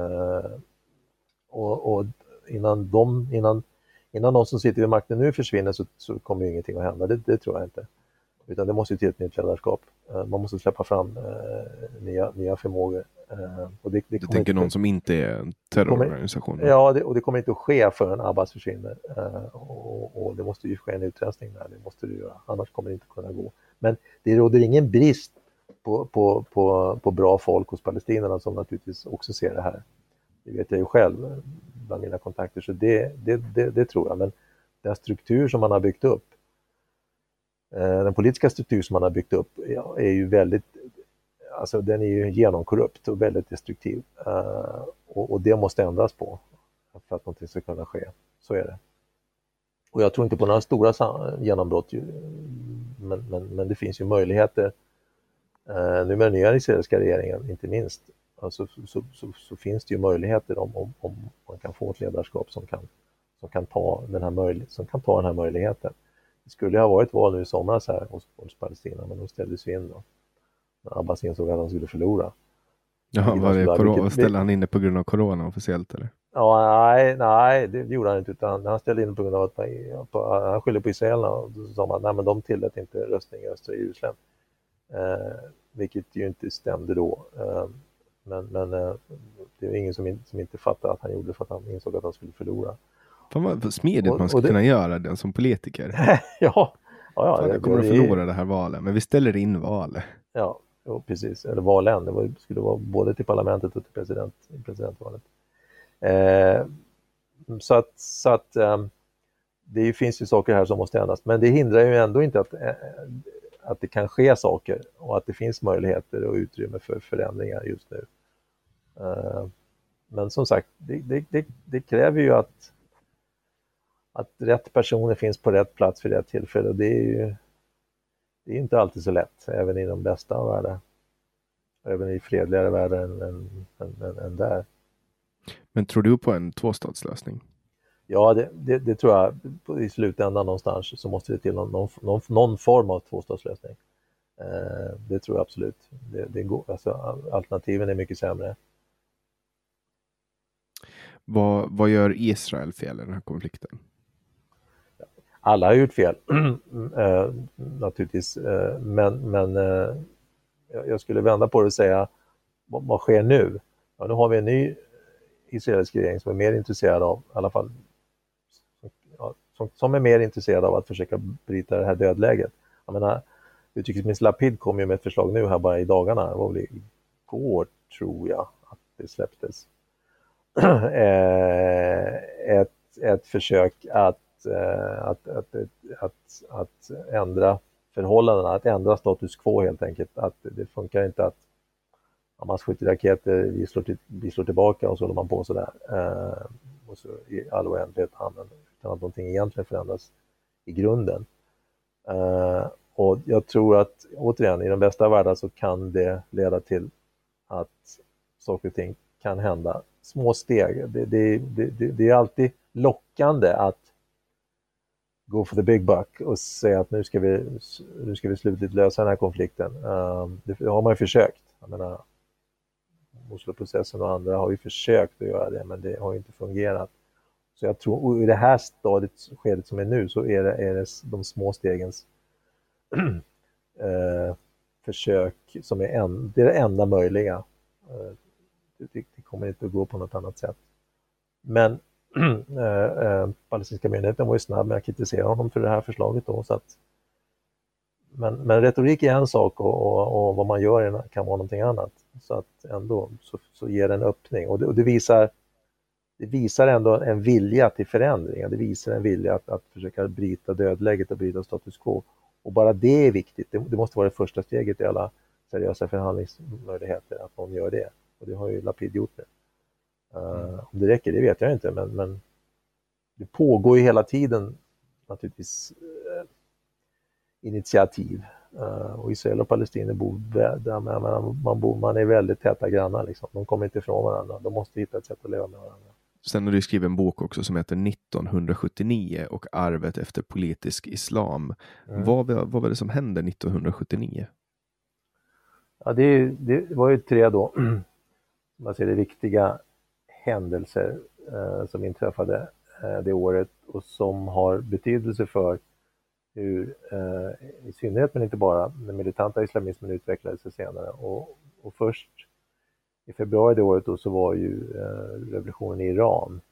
Och innan de som sitter vid makten nu försvinner så kommer ju ingenting att hända. Det tror jag inte. Utan det måste ju till ett nytt ledarskap. Man måste släppa fram nya förmågor. Och det du tänker någon som inte är en terrororganisation? Ja, och det kommer inte att ske förrän Abbas försvinner. Och det måste ju ske en utrensning där. Det måste det göra. Annars kommer det inte kunna gå. Men det råder ingen brist på bra folk hos palestinierna som naturligtvis också ser det här. Det vet jag ju själv bland mina kontakter. Så det tror jag. Men den struktur som man har byggt upp, den politiska struktur som man har byggt upp är ju väldigt, alltså den är ju genomkorrupt och väldigt destruktiv. Och det måste ändras på för att någonting ska kunna ske. Så är det. Och jag tror inte på några stora genombrott, men det finns ju möjligheter. Nu med den nya israeliska regeringen inte minst, alltså, så finns det ju möjligheter om man kan få ett ledarskap som kan ta den här möjligheten. Det skulle ha varit val nu i somras här hos Palestina, men de ställdes in då. När Abbas insåg att han skulle förlora. Ja, ställde han inne på grund av corona officiellt eller? Ja, nej, det gjorde han inte, utan han ställde in på grund av att han skyllde på israelerna och så sa man, nej men de tillät inte röstning i östra Jerusalem. Vilket ju inte stämde då. Men det är ingen som inte fattade att han gjorde för att han insåg att han skulle förlora. Fan vad smidigt man ska kunna göra den som politiker. Ja. Jag kommer att förlora det här valet, men vi ställer in valet. Ja, precis. Eller valen. Det skulle vara både till parlamentet och till presidentvalet. Så att det finns ju saker här som måste ändras. Men det hindrar ju ändå inte att det kan ske saker och att det finns möjligheter och utrymme för förändringar just nu. Men som sagt, det kräver ju att rätt personer finns på rätt plats för rätt tillfälle. Och det är inte alltid så lätt, även i de bästa av världar. Även i fredligare världar än där. Men tror du på en tvåstatslösning? Ja, det tror jag. I slutändan någonstans så måste det till någon form av tvåstatslösning. Det tror jag absolut. Det går, alltså, alternativen är mycket sämre. Vad gör Israel fel i den här konflikten? Alla har gjort fel, naturligtvis. Men jag skulle vända på det och säga, vad sker nu? Ja, nu har vi en ny israelisk regering som är mer intresserad av, i alla fall som är mer intresserad av att försöka bryta det här dödläget. Jag menar, utrikesminister Lapid kom ju med ett förslag nu här bara i dagarna, det var väl igår tror jag att det släpptes. Ett försök att ändra förhållandena, att ändra status quo helt enkelt. Att det funkar inte att man skjuter raketer, vi slår tillbaka och så håller man på sådär. Och så i all oändlighet utan att någonting egentligen förändras i grunden. Och jag tror att återigen i den bästa världen så kan det leda till att saker och ting kan hända. Små steg. Det är alltid lockande att go for the big buck och säga att nu ska vi slutligt lösa den här konflikten. Det har man ju försökt. Jag menar, Osloprocessen och andra har ju försökt att göra det, men det har ju inte fungerat. Så jag tror i det här skedet som är nu så är det de små stegens försök som är det enda möjliga. Det kommer inte att gå på något annat sätt. Men palestinska myndigheten var ju snabb med att kritisera honom för det här förslaget då, så att, men retorik är en sak och vad man gör kan vara någonting annat. Så att ändå så ger det en öppning och det visar ändå en vilja till förändring. Det visar en vilja att försöka bryta dödläget och bryta status quo. Och bara det är viktigt. Det måste vara det första steget i alla seriösa förhandlingsmöjligheter att någon gör det. Och det har ju Lapid gjort nu. Om det räcker, det vet jag inte. Men det pågår ju hela tiden naturligtvis initiativ. Och Israel och Palestina man är väldigt täta grannar. Liksom. De kommer inte ifrån varandra. De måste hitta ett sätt att leva med varandra. Sen har du skrivit en bok också som heter 1979 och arvet efter politisk islam. Vad var det som hände 1979? Ja, det var ju 3 då, man ser det, viktiga händelser som inträffade det året och som har betydelse för hur i synnerhet men inte bara den militanta islamismen utvecklades senare. Och först i februari det året då så var ju revolutionen i Iran,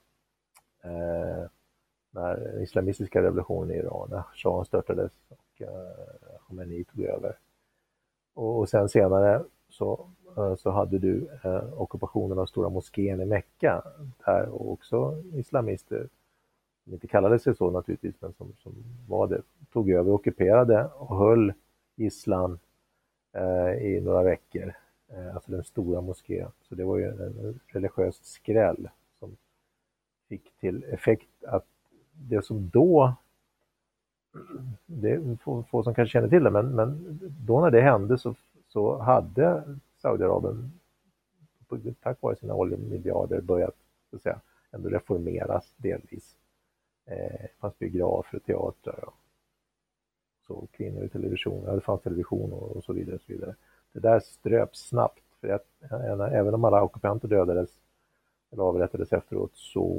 när den islamistiska revolutionen i Iran, när shahen störtades och Khomeini tog över. Och sen senare så hade du ockupationen av stora moskén i Mecka, där också islamister, som inte kallade sig så naturligtvis, men som var det, tog över, ockuperade och höll gisslan i några veckor. Alltså den stora moskén. Så det var ju en religiös skräll som fick till effekt att det som då, det är få som kanske känner till det, men då när det hände så hade Saudiarabien tack vare sina oljemiljarder börjat så att säga ändå reformeras delvis. Det fanns biografer och teatrar och så kvinnor i television, det fanns television och så vidare och så vidare. Det där ströps snabbt, för att även om alla ockupanter dödades eller avrättades efteråt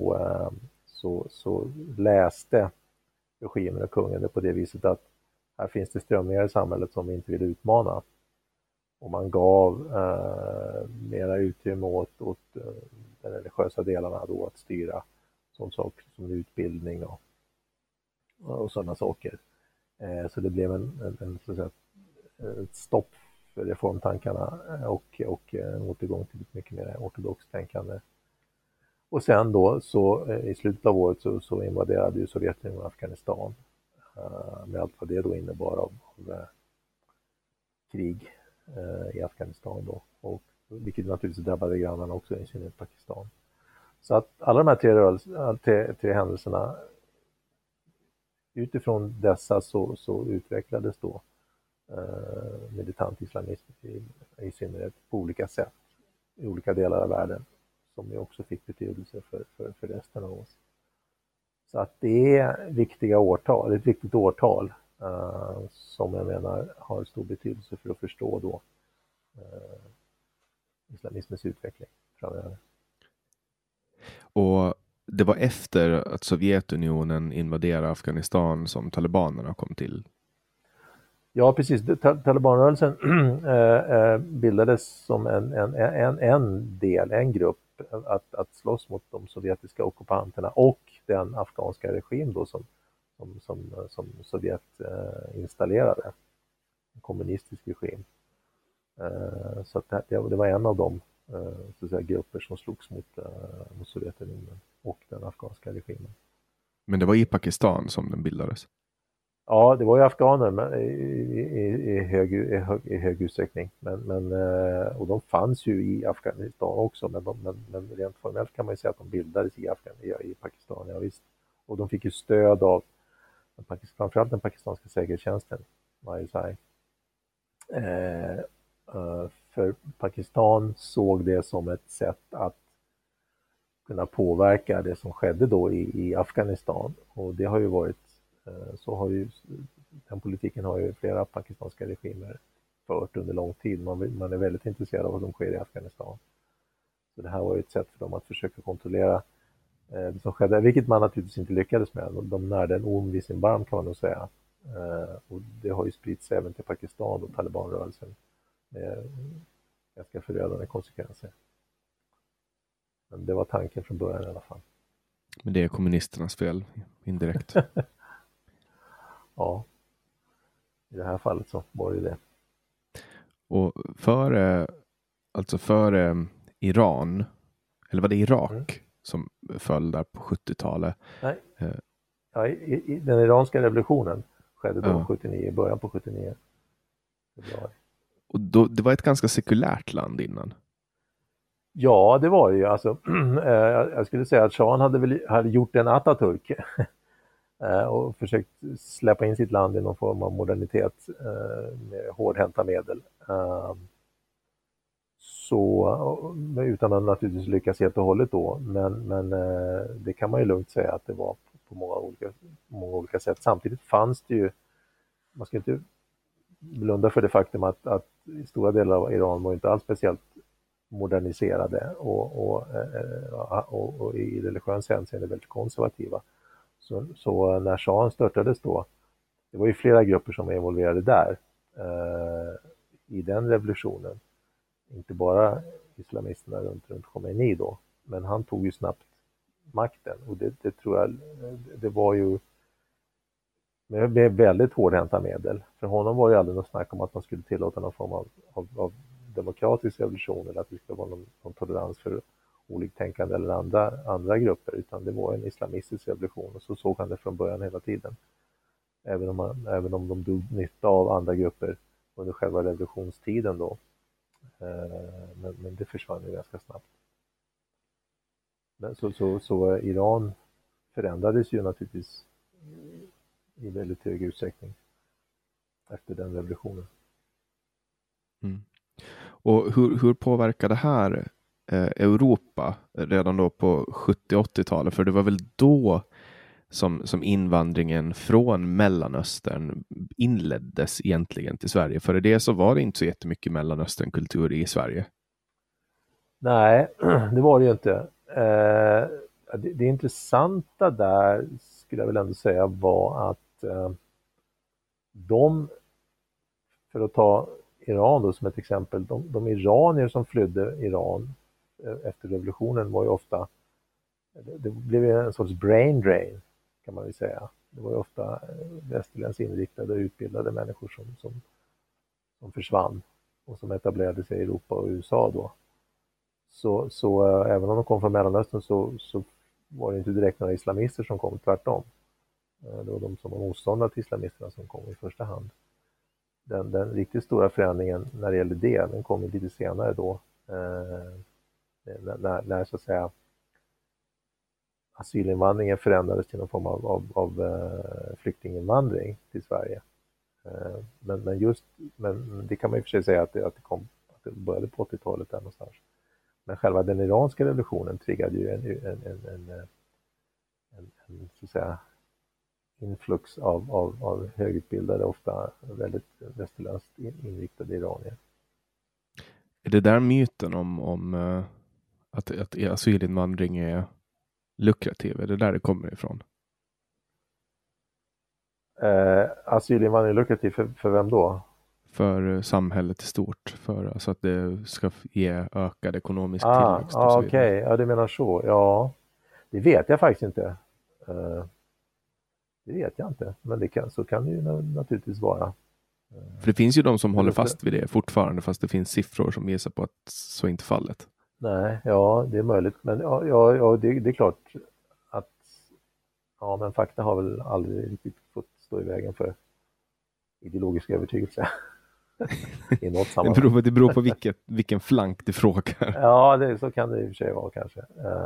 så läste regimen och kungen det på det viset att här finns det strömningar i samhället som vi inte vill utmana. Och man gav mera utrymme åt de religiösa delarna då att styra sådana saker som utbildning och sådana saker. Så det blev en så att säga, ett stopp för reformtankarna och en återgång till ett mycket mer ortodoxt tänkande. Och sen då så i slutet av året så invaderade ju Sovjetunionen Afghanistan med allt vad det då innebar av krig i Afghanistan då, och vilket naturligtvis drabbade grannarna också, i synnerhet Pakistan. Så att alla de här tre händelserna, utifrån dessa så utvecklades då militant islamism i synnerhet på olika sätt i olika delar av världen, som ju också fick betydelse för resten av oss. Så att det är viktiga årtal, ett viktigt årtal som jag menar har stor betydelse för att förstå då islamismens utveckling framöver. Och det var efter att Sovjetunionen invaderade Afghanistan som talibanerna kom till? Ja, precis. Talibanrörelsen bildades som en grupp att slåss mot de sovjetiska ockupanterna och den afghanska regim då som Sovjet installerade, en kommunistisk regim. Så att det var en av de så att säga, grupper som slogs mot Sovjetunionen och den afghanska regimen. Men det var i Pakistan som den bildades? Ja, det var ju afghaner men i hög utsträckning. Och de fanns ju i Afghanistan också, men rent formellt kan man ju säga att de bildades i Pakistan. Ja, visst. Och de fick ju stöd av framförallt den pakistanska säkerhetstjänsten, ISI. För Pakistan såg det som ett sätt att kunna påverka det som skedde då i Afghanistan. Och det har ju varit den politiken har ju flera pakistanska regimer fört under lång tid. Man är väldigt intresserad av vad som sker i Afghanistan. Så det här var ju ett sätt för dem att försöka kontrollera det som skedde, vilket man naturligtvis inte lyckades med. De närde en orm vid sin barm kan man nog säga. Och det har ju spritts även till Pakistan och talibanrörelsen med ganska förödande konsekvenser. Men det var tanken från början i alla fall. Men det är kommunisternas fel, indirekt. Ja, i det här fallet så var det. Och före Iran, eller var det Irak som föll där på 70-talet? Nej, den iranska revolutionen skedde då 79, början på 79. Och det var ett ganska sekulärt land innan. Ja, det var det ju. Alltså, jag skulle säga att shahen hade gjort en Atatürk och försökt släppa in sitt land i någon form av modernitet med hårdhänta medel. Så utan att naturligtvis lyckas helt och hållet då, men det kan man ju lugnt säga att det var på många olika sätt. Samtidigt fanns det ju, man ska inte blunda för det faktum att i stora delar av Iran var inte alls speciellt moderniserade och i religiös hänseende väldigt konservativa. Så när shahen störtades då, det var ju flera grupper som var involverade där i den revolutionen. Inte bara islamisterna runt Khomeini då, men han tog ju snabbt makten och det tror jag, det var ju med väldigt hårdhänta medel. För honom var det aldrig något snack om att man skulle tillåta någon form av demokratisk revolution eller att det skulle vara någon tolerans för oliktänkande eller andra grupper, utan det var en islamistisk revolution och så såg han det från början hela tiden. Även om de drog nytta av andra grupper under själva revolutionstiden då. Men det försvann ju ganska snabbt. Så Iran förändrades ju naturligtvis i väldigt hög utsträckning efter den revolutionen. Mm. Och hur påverkar det här Europa redan då på 70-80-talet? För det var väl då som invandringen från Mellanöstern inleddes egentligen till Sverige. För det så var det inte så jättemycket Mellanösternkultur i Sverige. Nej, det var det ju inte. Det intressanta där skulle jag väl ändå säga var att för att ta Iran då som ett exempel, de iranier som flydde Iran efter revolutionen var ju ofta, det blev en sorts brain drain kan man väl säga. Det var ju ofta västerländs inriktade och utbildade människor som försvann och som etablerade sig i Europa och USA då. Så även om de kom från Mellanöstern så var det inte direkt några islamister som kom, tvärtom. Det var de som var motståndare till islamisterna som kom i första hand. Den riktigt stora förändringen när det gäller den kom lite senare då. När så att säga asylinvandringen förändrades till någon form av flyktinginvandring till Sverige. Men det kan man ju för sig säga att det började på 80-talet där någonstans. Men själva den iranska revolutionen triggade ju en så att säga influx av högutbildade, ofta väldigt västerländskt inriktade iranier. Är det där myten om att asylinvandring är lukrativ? Är det där det kommer ifrån? Asylinvandring är lukrativ för vem då? för samhället i stort, för alltså att det ska ge ökad ekonomisk tillväxt och så vidare. Okej. Ja, du menar så. Ja, det vet jag faktiskt inte. Det vet jag inte, men så kan det ju naturligtvis vara. För det finns ju de som håller fast vid det fortfarande, fast det finns siffror som visar på att så är inte fallet. Nej, ja, det är möjligt, men det är klart att men fakta har väl aldrig riktigt fått stå i vägen för ideologisk övertygelse i något sammanhang. Det beror på vilken flank du frågar. Ja, så kan det i och för sig vara kanske.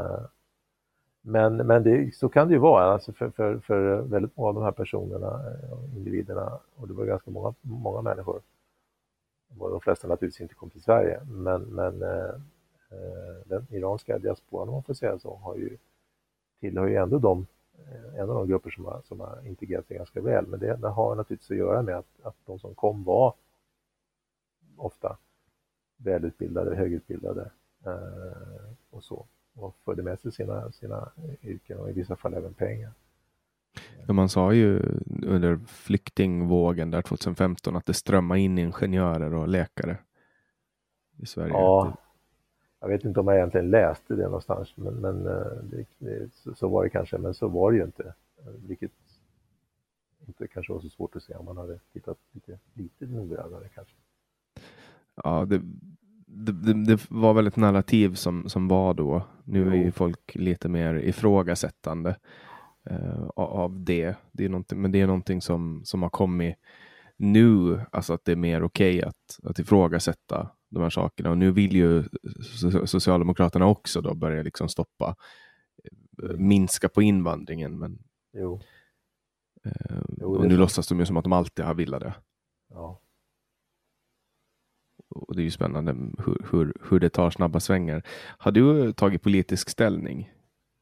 Men så kan det ju vara alltså för väldigt många av de här personerna, individerna, och det var ganska många människor. De flesta naturligtvis inte kom till Sverige, men den iranska diasporan, om man får säga så, tillhör ju ändå en av de grupper som har integrerat sig ganska väl. Men det har naturligtvis att göra med att de som kom var ofta välutbildade, högutbildade och så. Och förde med sig sina yrken och i vissa fall även pengar. Ja, man sa ju under flyktingvågen där 2015 att det strömmar in ingenjörer och läkare i Sverige. Ja, jag vet inte om jag egentligen läste det någonstans, men så var det kanske, men så var det ju inte. Vilket inte kanske var så svårt att se om man hade tittat lite noggrannare kanske. Ja, det var väl ett narrativ som var då. Nu är ju folk lite mer ifrågasättande av det. Det är någonting, men det är någonting som har kommit nu, alltså att det är mer okej att ifrågasätta de här sakerna. Och nu vill ju Socialdemokraterna också då börja liksom minska på invandringen. Men, och nu låtsas de ju som att de alltid har velat det. Ja. Och det är ju spännande hur det tar snabba svängar. Har du tagit politisk ställning?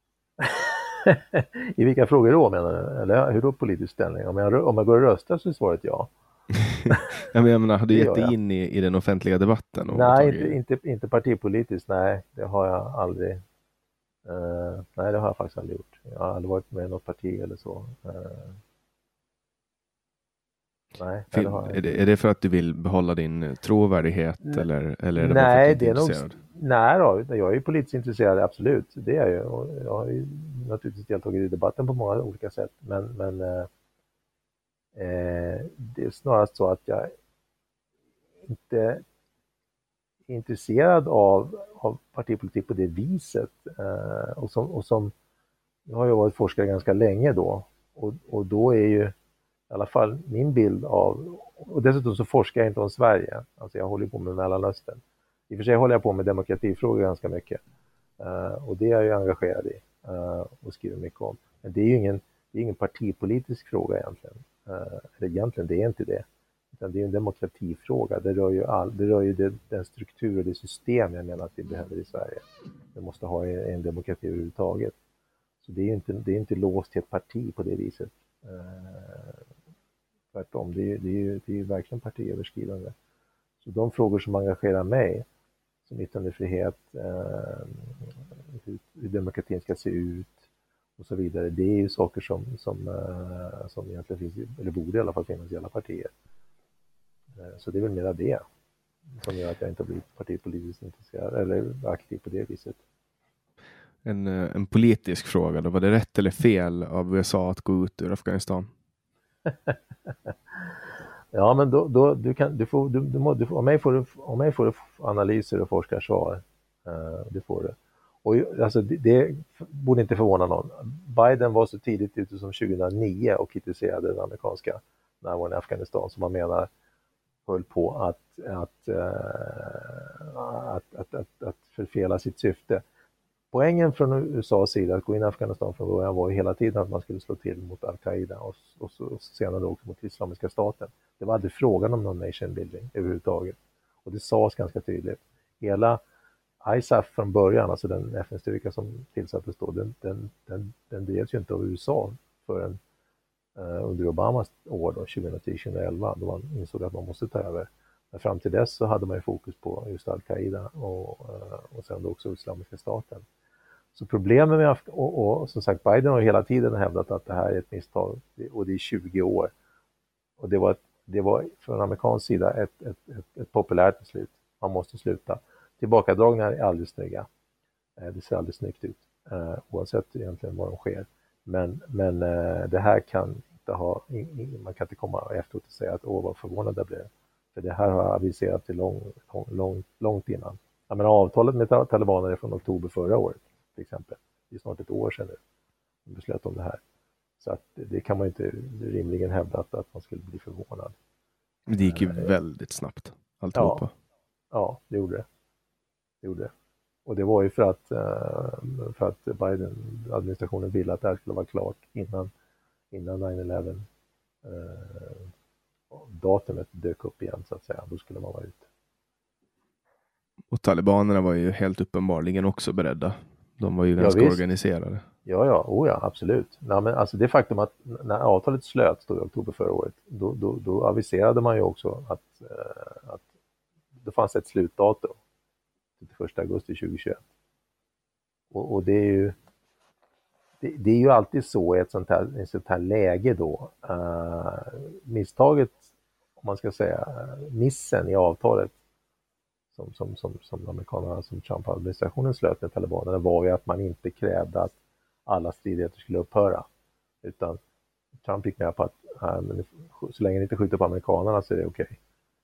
I vilka frågor då menar du? Eller hur då politisk ställning? Om jag går och röstar så är svaret ja. Jag menar, har du gett dig in i den offentliga debatten? Nej, inte partipolitiskt. Nej, det har jag aldrig. Nej, det har jag faktiskt aldrig gjort. Jag har aldrig varit med i något parti eller så. Nej, är det för att du vill behålla din trovärdighet eller är det nej, för att du är intresserad? Nej då, jag är ju politiskt intresserad, absolut. Det är jag ju. Och jag har ju naturligtvis deltagit i debatten på många olika sätt. Men det är snarast så att jag inte är intresserad av partipolitik på det viset. Och som jag har ju varit forskare ganska länge då. Och då är ju i alla fall min bild av, och dessutom så forskar jag inte om Sverige, alltså jag håller på med Mellanöstern. I och för sig håller jag på med demokratifrågor ganska mycket, och det är jag ju engagerad i och skriver mycket om. Men det är ju ingen partipolitisk fråga egentligen, eller egentligen det är inte det, utan det är en demokratifråga. Det rör ju den struktur och det system jag menar att vi behöver i Sverige. Vi måste ha en demokrati överhuvudtaget. Så det är inte låst till ett parti på det viset. Tvärtom, det är ju verkligen partiöverskridande. Så de frågor som engagerar mig, som yttrandefrihet, hur demokratin ska se ut och så vidare, det är ju saker som egentligen finns, eller borde i alla fall finnas i alla partier. Så det är väl mera det som gör att jag inte har blivit partipolitiskt intresserad eller aktiv på det viset. En politisk fråga då, var det rätt eller fel av USA att gå ut ur Afghanistan? Ja, men då av mig får du analyser och forskarsvar. Det får du. Och alltså det borde inte förvåna någon. Biden var så tidigt ute som 2009 och kritiserade den amerikanska närvaron i Afghanistan, som man menar höll på att förfela sitt syfte. Poängen från USAs sida att gå in i Afghanistan från början var ju hela tiden att man skulle slå till mot Al-Qaida och senare också mot Islamiska staten. Det var aldrig frågan om någon nation building överhuvudtaget. Och det sades ganska tydligt. Hela ISAF från början, alltså den FN-styrka som tillsattes då, den drevs ju inte av USA förrän under Obamas år då, 2010-2011, då man insåg att man måste ta över. Men fram till dess så hade man ju fokus på just Al-Qaida och sen då också Islamiska staten. Så problemet med och som sagt, Biden har hela tiden hävdat att det här är ett misstag, och det är 20 år. Och det var det var från amerikansk sida ett populärt beslut. Man måste sluta. Tillbakadragningar är aldrig snygga. Det ser aldrig snyggt ut. Oavsett egentligen vad de sker. Men det här kan inte ha, man kan inte komma efteråt och säga att vad förvånad jag blev. För det här har aviserat till långt innan. Jag menar, avtalet med talibanerna är från oktober förra året till exempel. Det är snart ett år sedan nu. De beslöt om det här. Så att det kan man inte rimligen hävda att man skulle bli förvånad. Det gick ju väldigt snabbt alltihopa. Ja, det gjorde det. Och det var ju för att Biden-administrationen ville att det här skulle vara klart innan 9/11 datumet dök upp igen, så att säga. Då skulle man vara ute. Och talibanerna var ju helt uppenbarligen också beredda. De var ju ganska organiserade. Ja, absolut. Nej, men alltså det faktum att när avtalet slöts då i oktober förra året, då aviserade man ju också att det fanns ett slutdatum till 1 augusti 2021. Och det är ju alltid så i ett sånt här läge då. Misstaget, om man ska säga, missen i avtalet som amerikanerna, som Trump-administrationen slöt med talibanerna, var ju att man inte krävde att alla stridigheter skulle upphöra. Utan Trump gick med på att så länge det inte skjuter på amerikanerna så är det okej.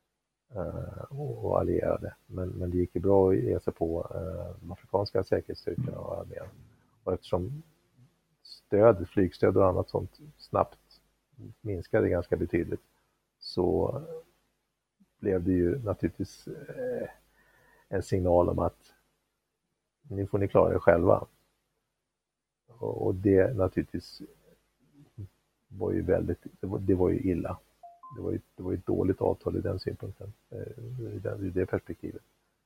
Och allierade. Men det gick ju bra att ge sig på de afrikanska säkerhetsstyrkorna och armén. Och eftersom flygstöd och annat sånt snabbt minskade ganska betydligt, så blev det ju naturligtvis en signal om att nu får ni klara er själva. Och det naturligtvis var ju det var ju illa. Det var ju ett dåligt avtal i den synpunkten, i det perspektivet.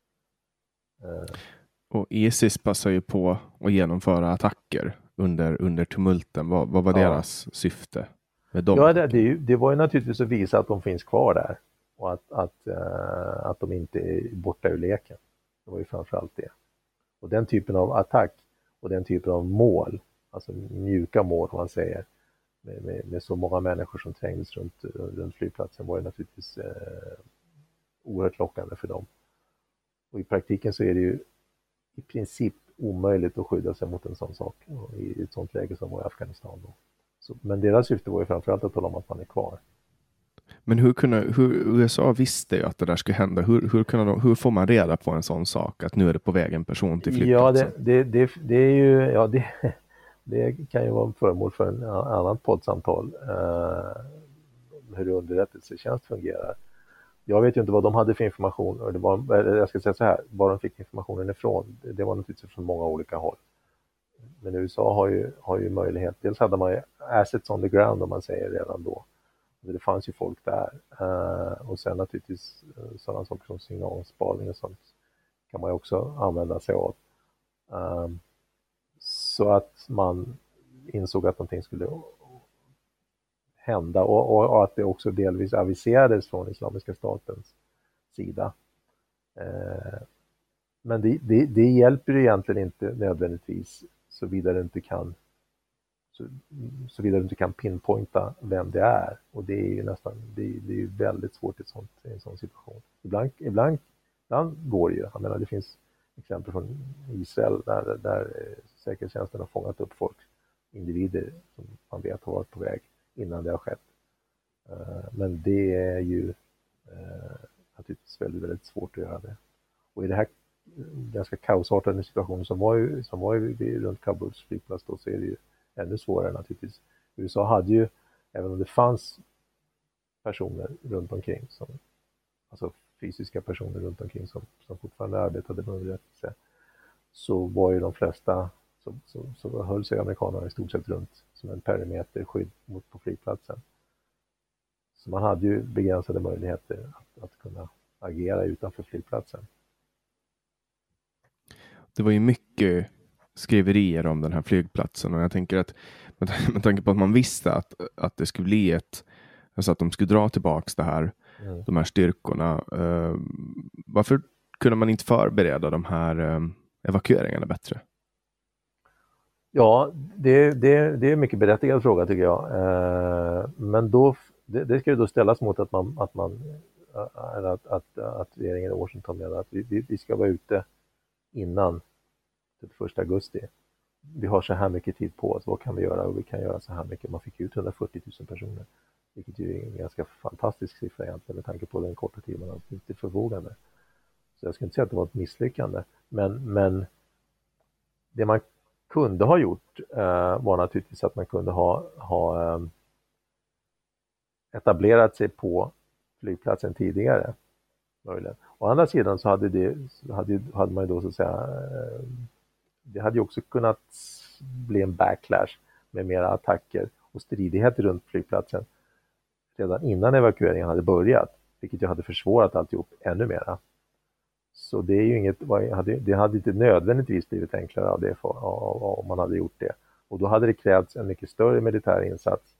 Och ISIS passar ju på att genomföra attacker under tumulten. Vad var deras syfte med dem? Ja, det var ju naturligtvis att visa att de finns kvar där. Och att de inte är borta ur leken. Det var ju framförallt det. Och den typen av attack och den typen av mål, alltså mjuka mål om man säger, med så många människor som trängdes runt flygplatsen, var ju naturligtvis oerhört lockande för dem. Och i praktiken så är det ju i princip omöjligt att skydda sig mot en sån sak i ett sånt läge som var i Afghanistan då. Men deras syfte var ju framförallt att tala om att man är kvar. Men hur USA visste ju att det där skulle hända. Hur får man reda på en sån sak, att nu är det på väg en person till flygplatsen? Det är ju, det kan ju vara föremål för en annan poddsamtal, hur underrättelsetjänst fungerar. Jag vet ju inte vad de hade för information, jag ska säga så här, var de fick informationen ifrån. Det var naturligtvis från många olika håll. Men USA har ju möjlighet, dels hade man ju assets on the ground, om man säger, redan då. Det fanns ju folk där. Och sen naturligtvis sådana saker som signalspaning och sånt kan man ju också använda sig av. Så att man insåg att någonting skulle hända, och att det också delvis aviserades från Islamiska statens sida. Men det hjälper egentligen inte nödvändigtvis, såvida du inte kan pinpointa vem det är. Och det är ju det är ju väldigt svårt i en sån situation. Ibland går det ju. Jag menar, det finns exempel från Israel där säkerhetstjänsten har fångat upp folk, individer som man vet har varit på väg innan det har skett. Men det är ju naturligtvis väldigt, väldigt svårt att göra det. Och i det här ganska kaosartade situationen som var ju runt Kabuls flygplats då, så är det ju ännu svårare naturligtvis. USA hade ju, även om det fanns personer runt omkring, alltså fysiska personer runt omkring som fortfarande arbetade med underrättelse, så var ju de flesta, så höll sig amerikanerna i stort sett runt som en perimeter skydd på flygplatsen. Så man hade ju begränsade möjligheter att kunna agera utanför flygplatsen. Det var ju mycket skriverier om den här flygplatsen, och jag tänker att med tanke på att man visste att det skulle bli alltså att de skulle dra tillbaks de här styrkorna, varför kunde man inte förbereda de här evakueringarna bättre? Ja, det är en mycket berättigad fråga tycker jag. Men då det ska ju då ställas mot att regeringen i Washington menar att vi ska vara ute innan 1 augusti. Vi har så här mycket tid på oss, vad kan vi göra? Och vi kan göra så här mycket. Man fick ut 140 000 personer, vilket ju är en ganska fantastisk siffra egentligen med tanke på den korta tid man har till förfogande. Så jag skulle inte säga att det var ett misslyckande, men det man kunde ha gjort var naturligtvis att man kunde ha etablerat sig på flygplatsen tidigare. Möjligen. Å andra sidan så hade man ju då så att säga, det hade ju också kunnat bli en backlash med mera attacker och stridigheter runt flygplatsen redan innan evakueringen hade börjat, vilket ju hade försvårat alltihop ännu mera. Så det är ju inget, det hade inte nödvändigtvis blivit enklare av det om man hade gjort det. Och då hade det krävts en mycket större militär insats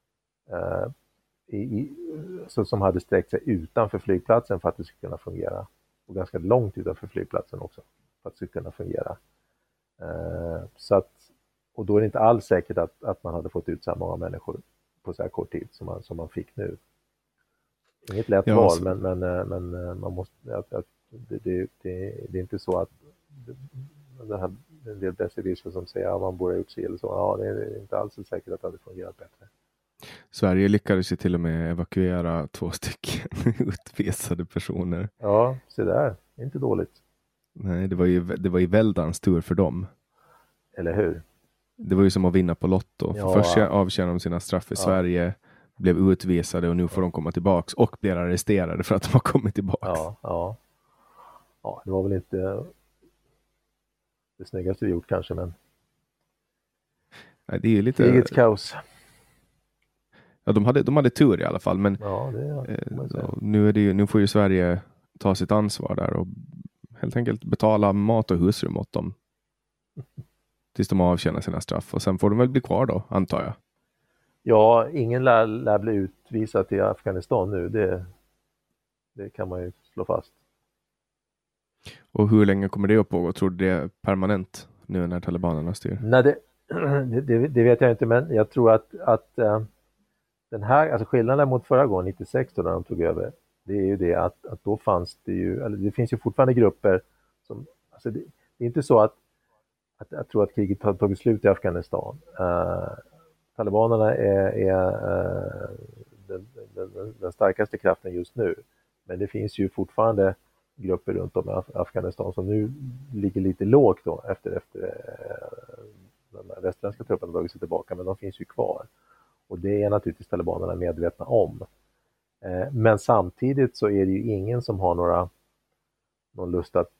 som hade sträckt sig utanför flygplatsen för att det skulle kunna fungera. Och ganska långt utanför flygplatsen också för att det skulle kunna fungera. Så att, och då är det inte alls säkert att man hade fått ut så här många människor på så här kort tid som man fick nu. Inget lätt val, men man måste, det är inte så att det här, en del besserwisser som säger att man borde ha gjort sig eller så. Ja, det är inte alls säkert att det hade fungerat bättre. Sverige lyckades ju till och med evakuera 2 stycken utvisade personer. Ja, så där. Inte dåligt. Nej, det var ju väldans tur för dem. Eller hur? Det var ju som att vinna på Lotto. Ja. Först avtjänade de sina straff i Sverige, blev utvisade och nu får de komma tillbaks och blir arresterade för att de har kommit tillbaks. Ja, det var väl inte det snyggaste vi gjort kanske, men nej, det är lite krigets kaos. Ja, de hade tur i alla fall, men nu får ju Sverige ta sitt ansvar där och helt enkelt betala mat och husrum åt dem tills de avtjänar sina straff, och sen får de väl bli kvar då, antar jag. Ja, ingen lär bli utvisad till Afghanistan nu, det kan man ju slå fast. Och hur länge kommer det att pågå? Tror du det är permanent nu när talibanerna styr? Nej, det vet jag inte, men jag tror att den här, alltså skillnaden mot förra gången 96 då när de tog över, det är ju det att då fanns det ju, eller det finns ju fortfarande grupper som, alltså det är inte så att jag tror att kriget har tagit slut i Afghanistan. Talibanerna är den starkaste kraften just nu, men det finns ju fortfarande grupper runt om i Afghanistan som nu ligger lite lågt då efter de västerländska trupperna dragit sig tillbaka, men de finns ju kvar. Och det är naturligtvis talibanerna medvetna om. Men samtidigt så är det ju ingen som har någon lust att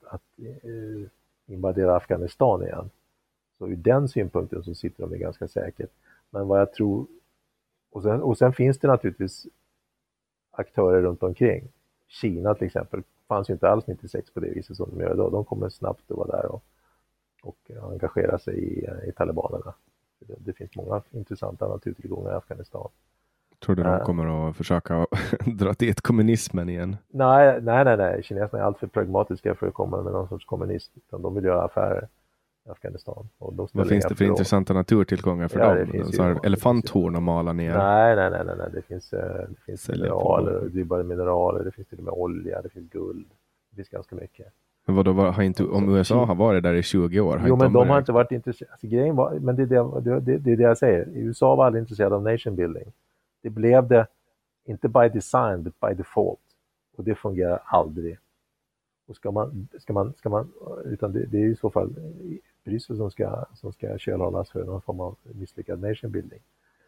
invadera Afghanistan igen. Så ur den synpunkten så sitter de ganska säkert. Men vad jag tror, och sen finns det naturligtvis aktörer runt omkring. Kina till exempel fanns ju inte alls 96 på det viset som de gör idag. De kommer snabbt att vara där och engagera sig i talibanerna. Det finns många intressanta naturtillgångar i Afghanistan. Tror du de kommer att försöka dra dit kommunismen igen? Nej. Kineserna är alltför pragmatiska för att komma med någon sorts kommunism. Utan de vill göra affärer i Afghanistan. Och vad finns det för intressanta naturtillgångar för dem? Så här elefanthorn att mala ner? Nej. Det finns mineraler, dyrbara mineraler. Det finns till och med olja, det finns guld. Det finns ganska mycket. Men vadå, om USA har varit där i 20 år? Jo, men de har inte varit intresserade. Alltså, grejen var, men det är det jag säger. USA var aldrig intresserad av nation building. Det blev det inte by design, but by default. Och det fungerar aldrig. Och ska man utan det är i så fall Bryssel som ska kölhållas för någon form av misslyckad nation building.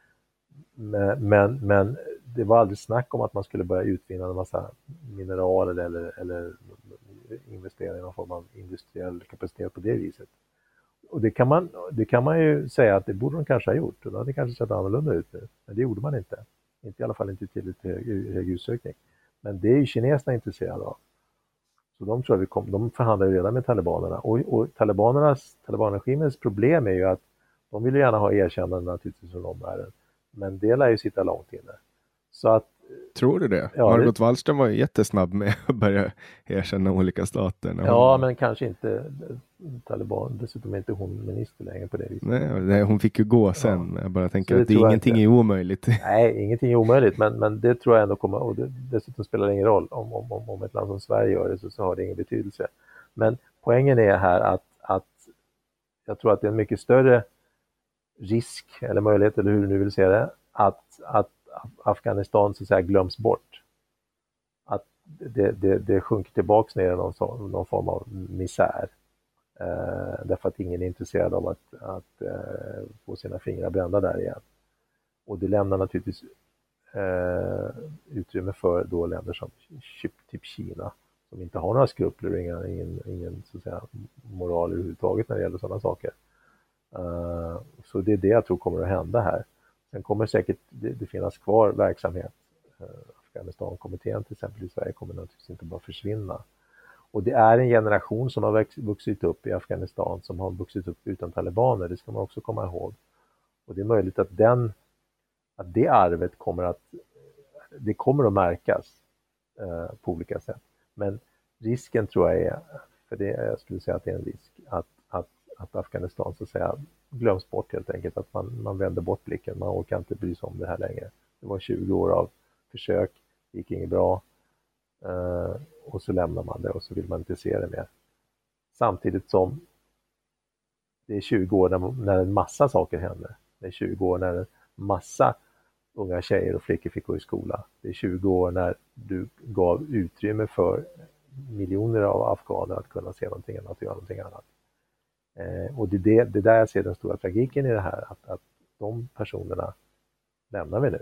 Men det var aldrig snack om att man skulle börja utvinna en massa mineraler eller investera i någon form av industriell kapacitet på det viset. Och det kan man ju säga att det borde de kanske ha gjort. Och det hade kanske sett annorlunda ut nu. Men det gjorde man inte. Inte i alla fall inte till hög utsökning. Men det är ju kineserna intresserade av. Så de förhandlar ju redan med talibanerna. Och talibanregimens problem är ju att de vill gärna ha erkännande naturligtvis från omvärlden. Men det lär ju sitta långt inne. Så att Tror du det? Ja, Margot Wallström var ju jättesnabb med att börja erkänna olika stater. Ja, men kanske inte Taliban. Dessutom är inte hon minister längre på det viset. Nej, hon fick ju gå sen. Ja. Jag bara tänker att ingenting är omöjligt. Nej, ingenting är omöjligt. Men det tror jag ändå kommer. Och dessutom spelar det ingen roll. Om ett land som Sverige gör det så har det ingen betydelse. Men poängen är här att jag tror att det är en mycket större risk eller möjlighet, eller hur du nu vill se det, att Afghanistan så att säga glöms bort. Att det sjunker tillbaks ner i någon form av misär. Därför att ingen är intresserad av att få sina fingrar brända där igen. Och det lämnar naturligtvis utrymme för då länder som typ Kina, som inte har några skrupler och ingen så att säga, moral överhuvudtaget när det gäller sådana saker. Så det är det jag tror kommer att hända här. Sen kommer säkert det finnas kvar verksamhet. Afghanistan-kommittén till exempel i Sverige kommer naturligtvis inte bara försvinna. Och det är en generation som har vuxit upp i Afghanistan som har vuxit upp utan talibaner, det ska man också komma ihåg. Och det är möjligt att det arvet kommer att märkas på olika sätt. Men risken tror jag är, jag skulle säga att det är en risk, att Afghanistan så att säga glöms bort helt enkelt, att man vänder bort blicken, man orkar inte bry sig om det här längre. Det var 20 år av försök, det gick inget bra och så lämnar man det och så vill man inte se det mer. Samtidigt som det är 20 år när en massa saker händer. Det är 20 år när en massa unga tjejer och flickor fick gå i skola. Det är 20 år när du gav utrymme för miljoner av afghaner att kunna se någonting annat och göra någonting annat. Och det är där jag ser den stora tragiken i det här, att de personerna lämnar vi nu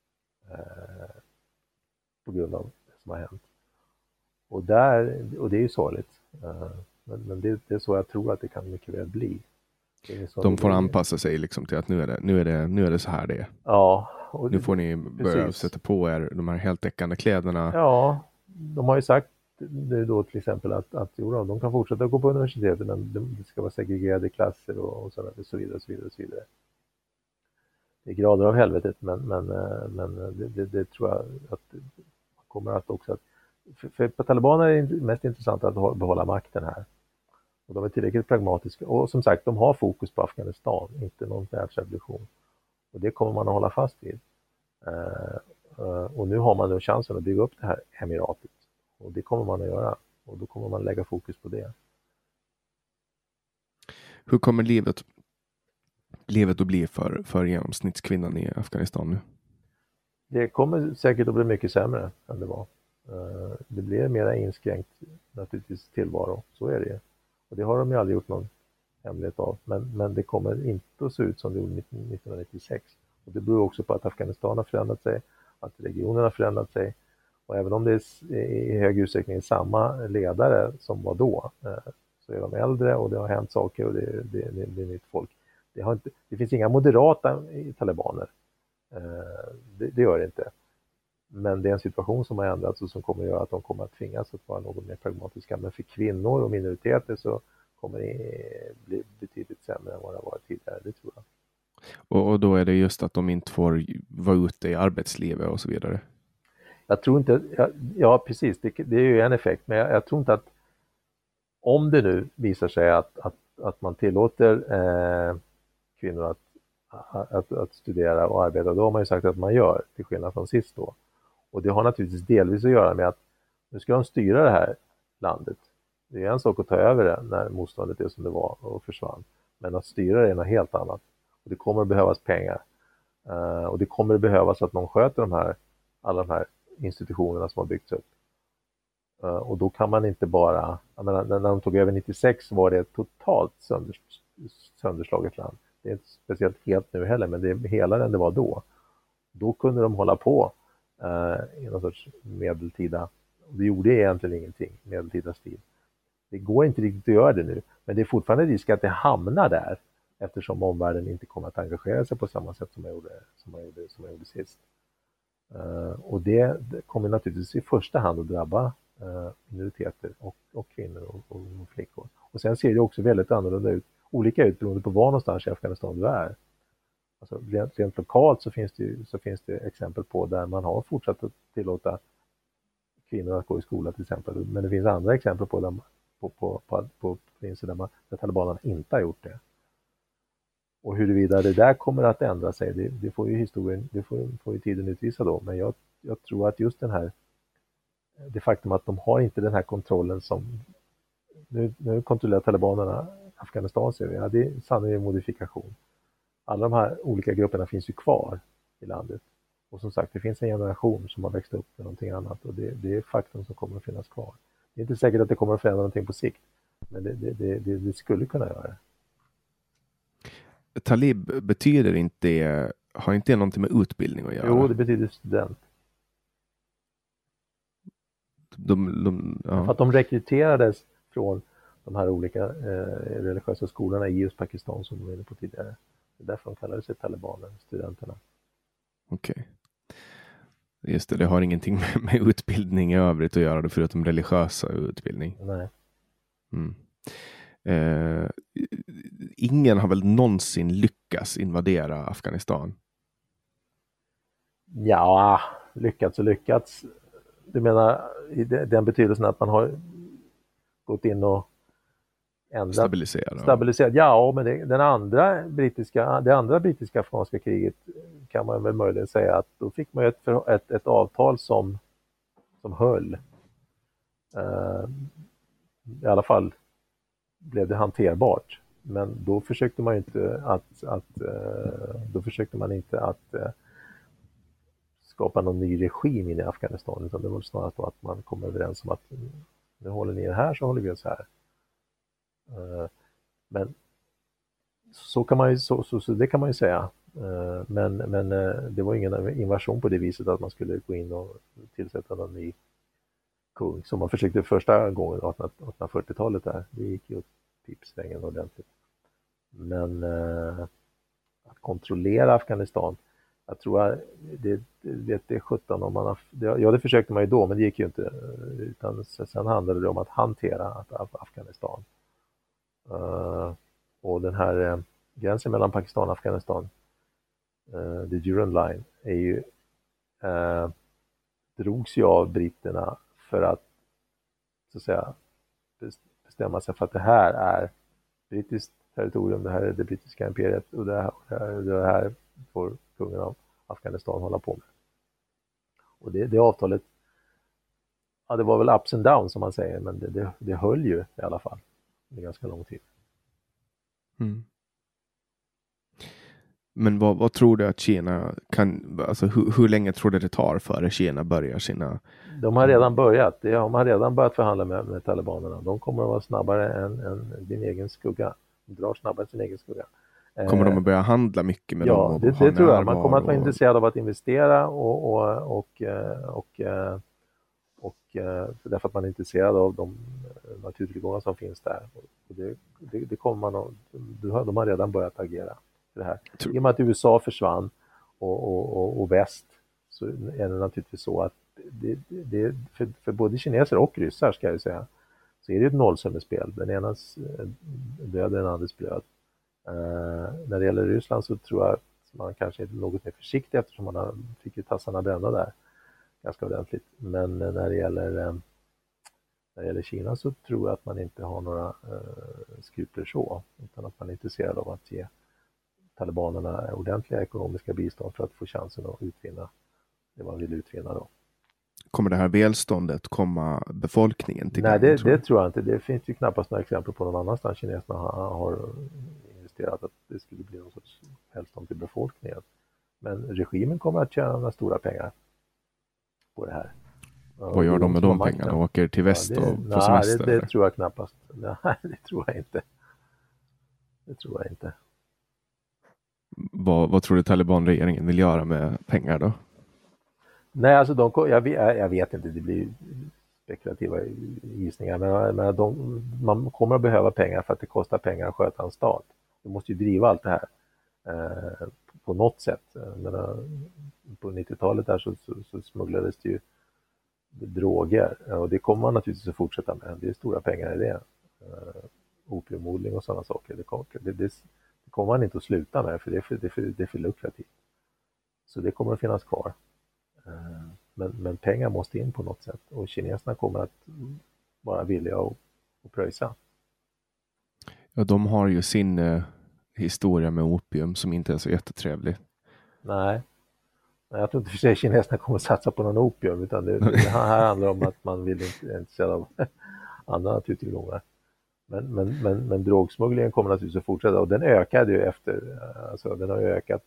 på grund av det som har hänt. Och det är ju sorgligt. Men det är så jag tror att det kan mycket väl bli. De får anpassa sig liksom till att nu är det så här det är. Ja. Och nu får ni börja sätta på er de här heltäckande kläderna. Ja, de har ju sagt det då till exempel att de kan fortsätta gå på universitetet, men det ska vara segregerade klasser och så vidare. Det är grader av helvetet, men det tror jag att kommer att också för på talibaner är det mest intressant att behålla makten här. Och de är tillräckligt pragmatiska. Och som sagt, de har fokus på Afghanistan, inte någon världsrevolution. Och det kommer man att hålla fast vid. Och nu har man då chansen att bygga upp det här emiratet. Och det kommer man att göra. Och då kommer man lägga fokus på det. Hur kommer livet att bli för genomsnittskvinnan i Afghanistan nu? Det kommer säkert att bli mycket sämre än det var. Det blir mer inskränkt naturligtvis tillvaro. Så är det ju. Och det har de ju aldrig gjort någon hemlighet av. Men det kommer inte att se ut som det gjorde 1996. Och det beror också på att Afghanistan har förändrat sig. Att regionen har förändrat sig. Och även om det är i hög utsträckning samma ledare som var då, så är de äldre och det har hänt saker och det är nytt folk. Det finns inga moderata talibaner. Det gör det inte. Men det är en situation som har ändrats och som kommer att göra att de kommer att tvingas att vara något mer pragmatiska. Men för kvinnor och minoriteter så kommer det bli betydligt sämre än vad det har varit tidigare, det tror jag. Och då är det just att de inte får vara ute i arbetslivet och så vidare? Jag tror inte, ja precis, det är ju en effekt, men jag tror inte att om det nu visar sig att man tillåter kvinnor att studera och arbeta, då har man ju sagt att man gör, till skillnad från sist då. Och det har naturligtvis delvis att göra med att nu ska de styra det här landet. Det är en sak att ta över det när motståndet är som det var och försvann. Men att styra det är något helt annat. Och det kommer att behövas pengar. Och det kommer att behövas att någon sköter alla de här institutionerna som har byggts upp. Och då kan man inte bara, jag menar, när de tog över 96 var det ett totalt sönderslaget land. Det är inte speciellt helt nu heller, men det är hela än det var då. Då kunde de hålla på i någon sorts medeltida, och det gjorde egentligen ingenting, medeltida stil. Det går inte riktigt att göra det nu, men det är fortfarande risk att det hamnar där, eftersom omvärlden inte kommer att engagera sig på samma sätt som jag gjorde sist. Och det kommer naturligtvis i första hand att drabba minoriteter och kvinnor och flickor. Och sen ser det också väldigt annorlunda ut, olika ut beroende på var någonstans i Afghanistan du är. Alltså rent lokalt så finns det exempel på där man har fortsatt att tillåta kvinnor att gå i skola till exempel. Men det finns andra exempel på provinser där talibanerna inte har gjort det. Och huruvida det där kommer att ändra sig, det får ju historien, får ju tiden utvisa då. Men jag tror att just det faktum att de har inte den här kontrollen som nu kontrollerar talibanerna Afghanistan, ser vi. Ja, det är sannolikt en modifikation. Alla de här olika grupperna finns ju kvar i landet. Och som sagt, det finns en generation som har växt upp med någonting annat, och det är faktum som kommer att finnas kvar. Det är inte säkert att det kommer att förändra någonting på sikt, men det skulle kunna göra det. Talib betyder inte, har inte någonting med utbildning att göra? Jo, det betyder student. Ja. För att de rekryterades från de här olika religiösa skolorna i just Pakistan som vi var inne på tidigare. Det är därför de kallade sig talibaner, studenterna. Okej. Just det har ingenting med utbildning i övrigt att göra, förutom religiösa utbildning. Nej. Mm. Ingen har väl någonsin lyckats invadera Afghanistan? Ja, lyckats och lyckats. Du menar i den betydelsen att man har gått in och ändrat, stabiliserat. Ja, men det andra brittiska afghanska kriget kan man väl möjligen säga att då fick man ett avtal som höll. I alla fall blev det hanterbart. Men då försökte man inte att skapa någon ny regim in i Afghanistan, utan det var snarare så att man kom överens om att nu håller ni er här, så håller vi oss här. Men så det kan man ju säga. Men det var ingen invasion på det viset att man skulle gå in och tillsätta någon ny kung som man försökte första gången 1840-talet där. Det gick ju åt pipsvängen ordentligt. Men att kontrollera Afghanistan, jag tror det 17 om man har, det försökte man ju då, men det gick ju inte, utan sen handlade det om att hantera Afghanistan. Och den här gränsen mellan Pakistan och Afghanistan, the Durand Line, är ju drogs ju av britterna för att så att säga bestämma sig för att det här är brittiskt territorium, det här är det brittiska imperiet, och det här får kungen av Afghanistan hålla på med. Och det avtalet, ja, det var väl ups and downs som man säger, men det höll ju i alla fall i ganska lång tid. Mm. Men vad tror du att Kina kan, alltså hur länge tror du det tar före Kina börjar sina... De har redan börjat. De har redan börjat förhandla med talibanerna. De kommer att vara snabbare än din egen skugga. De drar snabbare än sin egen skugga. Kommer de att börja handla mycket med dem? Ja, det tror jag. Man kommer att vara intresserad av att investera och därför att man är intresserad av de naturtillgångar som finns där. Och det kommer man de har redan börjat agera för det här. I och med att USA försvann och väst, så är det naturligtvis så att det för både kineser och ryssar, ska jag säga, så är det ett nollsummespel. Den enas död, den andres bröd. När det gäller Ryssland så tror jag att man kanske är något mer försiktig, eftersom man fick ju tassarna brända där ganska ordentligt. Men när det gäller Kina så tror jag att man inte har några skrupler så, utan att man är intresserad av att ge talibanerna ordentliga ekonomiska bistånd för att få chansen att utvinna det man vill utvinna då. Kommer det här välståndet komma befolkningen till? Nej, det tror jag inte. Det finns ju knappast några exempel på någon annanstans kineserna har investerat att det skulle bli någon sorts välstånd till befolkningen. Men regimen kommer att tjäna stora pengar på det här. Vad gör de med de pengarna? Åker till väst och får semester? Det tror jag knappast. Nej, det tror jag inte. Det tror jag inte. Vad tror du talibanregeringen vill göra med pengar då? Nej, alltså jag vet inte, det blir spekulativa gissningar, men man kommer att behöva pengar för att det kostar pengar att sköta en stat. Du måste ju driva allt det här på något sätt. På 90-talet där så smugglades det ju droger, och det kommer man naturligtvis att fortsätta med. Det är stora pengar i det. Opiumodling och sådana saker. Det kommer man inte att sluta med, för det är för lukrativt. Så det kommer att finnas kvar. Men pengar måste in på något sätt, och kineserna kommer att vara villiga att pröjsa. Ja, de har ju sin historia med opium som inte är så jättetrevlig. Nej, jag tror inte för sig kineserna kommer att satsa på någon opium, utan det här handlar om att man vill inte intresserad av andra naturtillgångar. Men drogsmugglingen kommer naturligtvis att fortsätta, och den ökade ju alltså den har ju ökat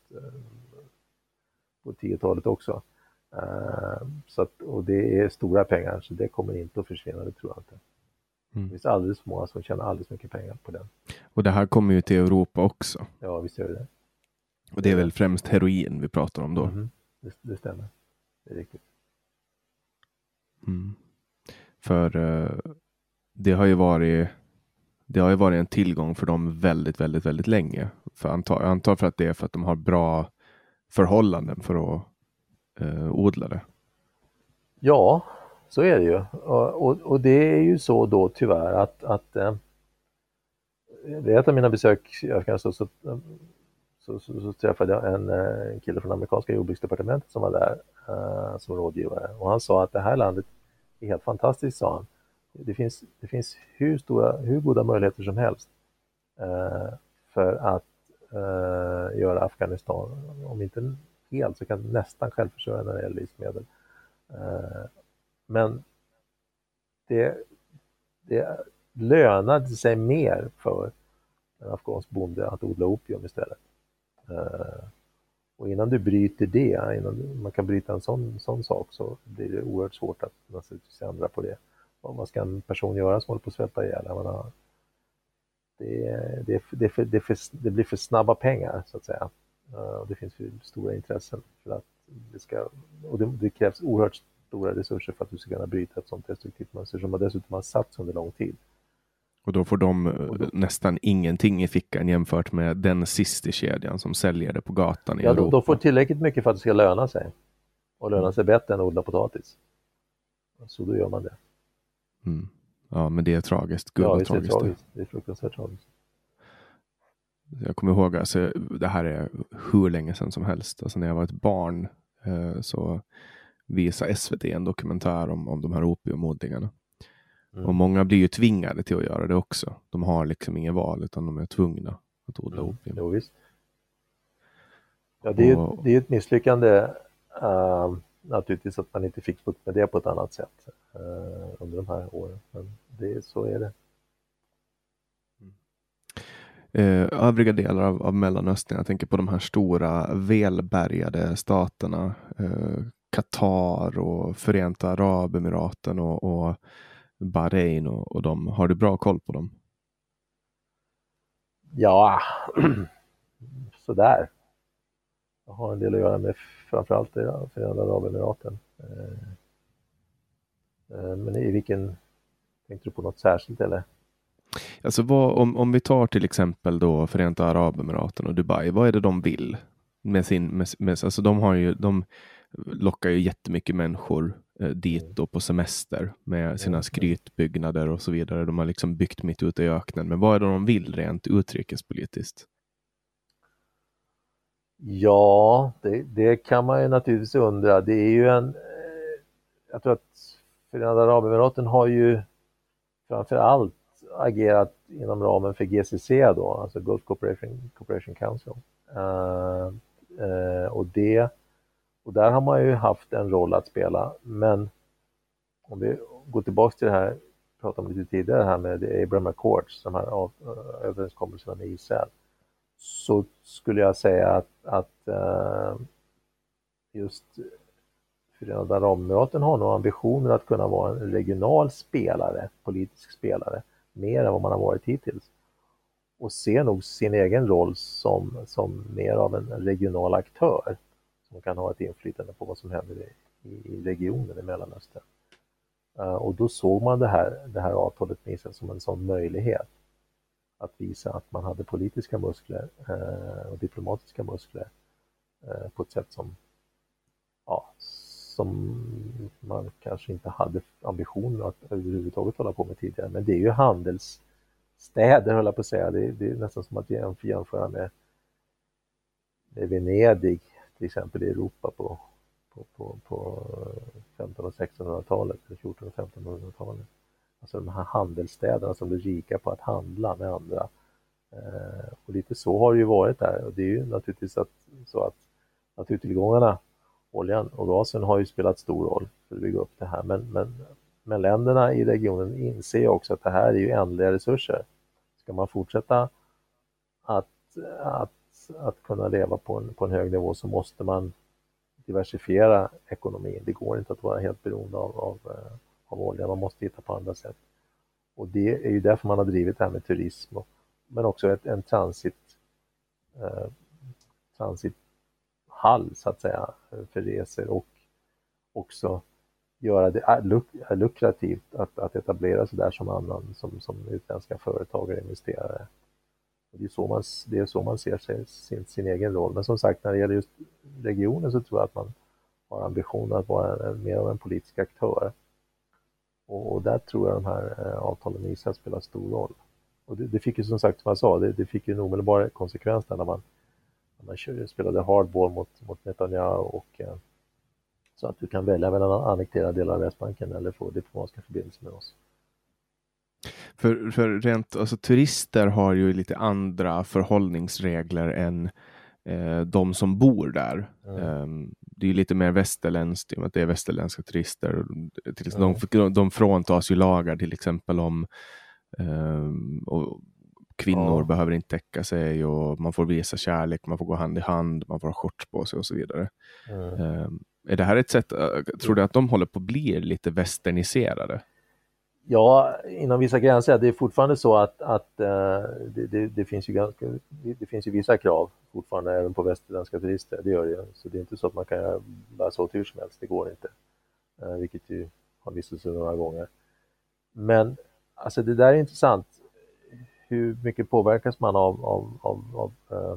på 10-talet också. Så att, och det är stora pengar, så det kommer inte att försvinna, det tror jag inte. Det finns alldeles för många som tjänar alldeles mycket pengar på den. Och det här kommer ju till Europa också. Ja, visst gör det. Och det är väl främst heroin vi pratar om då. Det stämmer. Det är riktigt. För det har ju varit en tillgång för dem väldigt, väldigt, väldigt länge. Jag antar för att det är för att de har bra förhållanden för att odla det. Ja, så är det ju. Och det är ju så då tyvärr att vid ett av mina besök i Afghanistan så träffade jag en kille från amerikanska jordbruksdepartementet som var där som rådgivare. Och han sa att det här landet är helt fantastiskt, sa han. Det finns hur goda möjligheter som helst för att göra Afghanistan, om inte helt, så kan nästan självförsörjande när det gäller livsmedel. Men det lönade sig mer för en afghansk bonde att odla opium istället. Och innan du bryter det, innan man kan bryta en sån sak, så blir det oerhört svårt att naturligtvis ändra på det. Vad ska en person göra som håller på att svälta ihjäl? Det blir för snabba pengar, så att säga. Det finns för stora intressen för att det krävs oerhört stora resurser för att du ska kunna bryta ett sånt destruktivt mönster som dessutom har satts under lång tid. Och då får de nästan ingenting i fickan jämfört med den sista kedjan som säljer det på gatan i Europa. De får tillräckligt mycket för att det ska löna sig. Och löna sig bättre än att odla potatis. Så då gör man det. Ja, men det är tragiskt. Ja, det är tragiskt. Det är fruktansvärt tragiskt. Jag kommer ihåg, alltså, det här är hur länge sedan som helst. Alltså, när jag var ett barn så visade SVT en dokumentär om de här opiumodlingarna. Och många blir ju tvingade till att göra det också. De har liksom ingen val, utan de är tvungna att odla opium. Jo, visst. Ja, det är ett misslyckande naturligtvis att man inte fick bukt med det på ett annat sätt under de här åren. Men så är det. Övriga delar av Mellanöstern, jag tänker på de här stora välbärgade staterna, Qatar och Förenta Arabemiraten och Bahrain och de. Har du bra koll på dem? Ja, sådär. Jag har en del att göra med framförallt Förenta Arabemiraten. Men i vilken, tänkte du på något särskilt eller? Alltså om vi tar till exempel då Förenta Arabemiraten och Dubai, vad är det de vill alltså de lockar ju jättemycket människor dit då på semester med sina skrytbyggnader och så vidare. De har liksom byggt mitt ute i öknen. Men vad är det de vill rent utrikespolitiskt? Ja, det kan man ju naturligtvis undra. Det är ju jag tror att Förenta Arabemiraten har ju framför allt agerat inom ramen för GCC då, alltså Gulf Cooperation Council. Och där har man ju haft en roll att spela, men om vi går tillbaka till det här, pratade om lite tidigare här med Abraham Accords, de här överenskommelserna med Israel, så skulle jag säga att just Förenta Arabemiraten har nog ambitioner att kunna vara en regional spelare, politisk spelare, mer än vad man har varit hittills. Och ser nog sin egen roll som mer av en regional aktör som kan ha ett inflytande på vad som händer i regionen i Mellanöstern. Och då såg man det här avtalet med Israel som en sån möjlighet att visa att man hade politiska muskler och diplomatiska muskler på ett sätt som man kanske inte hade ambition att överhuvudtaget hålla på med tidigare. Men det är ju städer, höll jag på att säga. Det är nästan som att jämföra med Venedig till exempel i Europa på 1500- och 1600-talet, 1400- och 1500-talet. Alltså de här handelsstäderna som blir rika på att handla med andra. Och lite så har det ju varit där. Och det är ju naturligtvis så att naturtillgångarna, oljan och gasen, har ju spelat stor roll för att bygga upp det här. Men länderna i regionen inser också att det här är ju ändliga resurser. Ska man fortsätta att kunna leva på en hög nivå, så måste man diversifiera ekonomin. Det går inte att vara helt beroende av olja, man måste hitta på andra sätt. Och det är ju därför man har drivit det här med turism, men också en transithall så att säga för resor, och också göra det lukrativt att etablera sig där som utländska företagare och investerare. Och det är så man ser sin egen roll. Men som sagt, när det gäller just regionen så tror jag att man har ambitionen att vara mer av en politisk aktör. Och där tror jag de här avtalen med Israel spelar stor roll. Och det fick ju, som sagt, som jag sa, det fick ju en omedelbar konsekvens när man spelade hardball mot Netanyahu, och så att du kan välja mellan att annektera delar av Västbanken eller få diplomatiska förbindelser med oss. För rent, alltså turister har ju lite andra förhållningsregler än de som bor där. Det är ju lite mer västerländskt, att det är västerländska turister. De fråntas ju lagar till exempel om och kvinnor behöver inte täcka sig, och man får visa kärlek, man får gå hand i hand, man får ha shorts på sig och så vidare. Är det här ett sätt, tror du att de håller på att bli lite västerniserade? Ja, inom vissa gränser. Det är fortfarande så att det finns ju vissa krav fortfarande även på västerländska turister. Det gör det ju. Så det är inte så att man kan bara så hur som helst. Det går inte. Vilket ju har visat sig några gånger. Men alltså det där är intressant. Hur mycket påverkas man av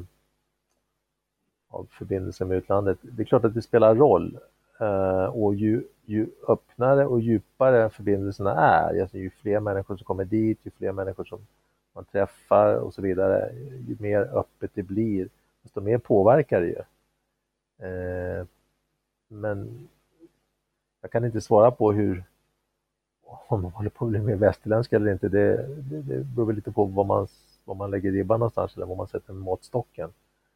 förbindelser med utlandet? Det är klart att det spelar roll. Och ju öppnare och djupare förbindelserna är, alltså ju fler människor som kommer dit, ju fler människor som man träffar och så vidare, ju mer öppet det blir, desto mer påverkar det ju. Men jag kan inte svara på om man håller på att bli mer västerländsk eller inte. Det beror väl lite på var man lägger ribban någonstans, eller var man sätter måttstocken.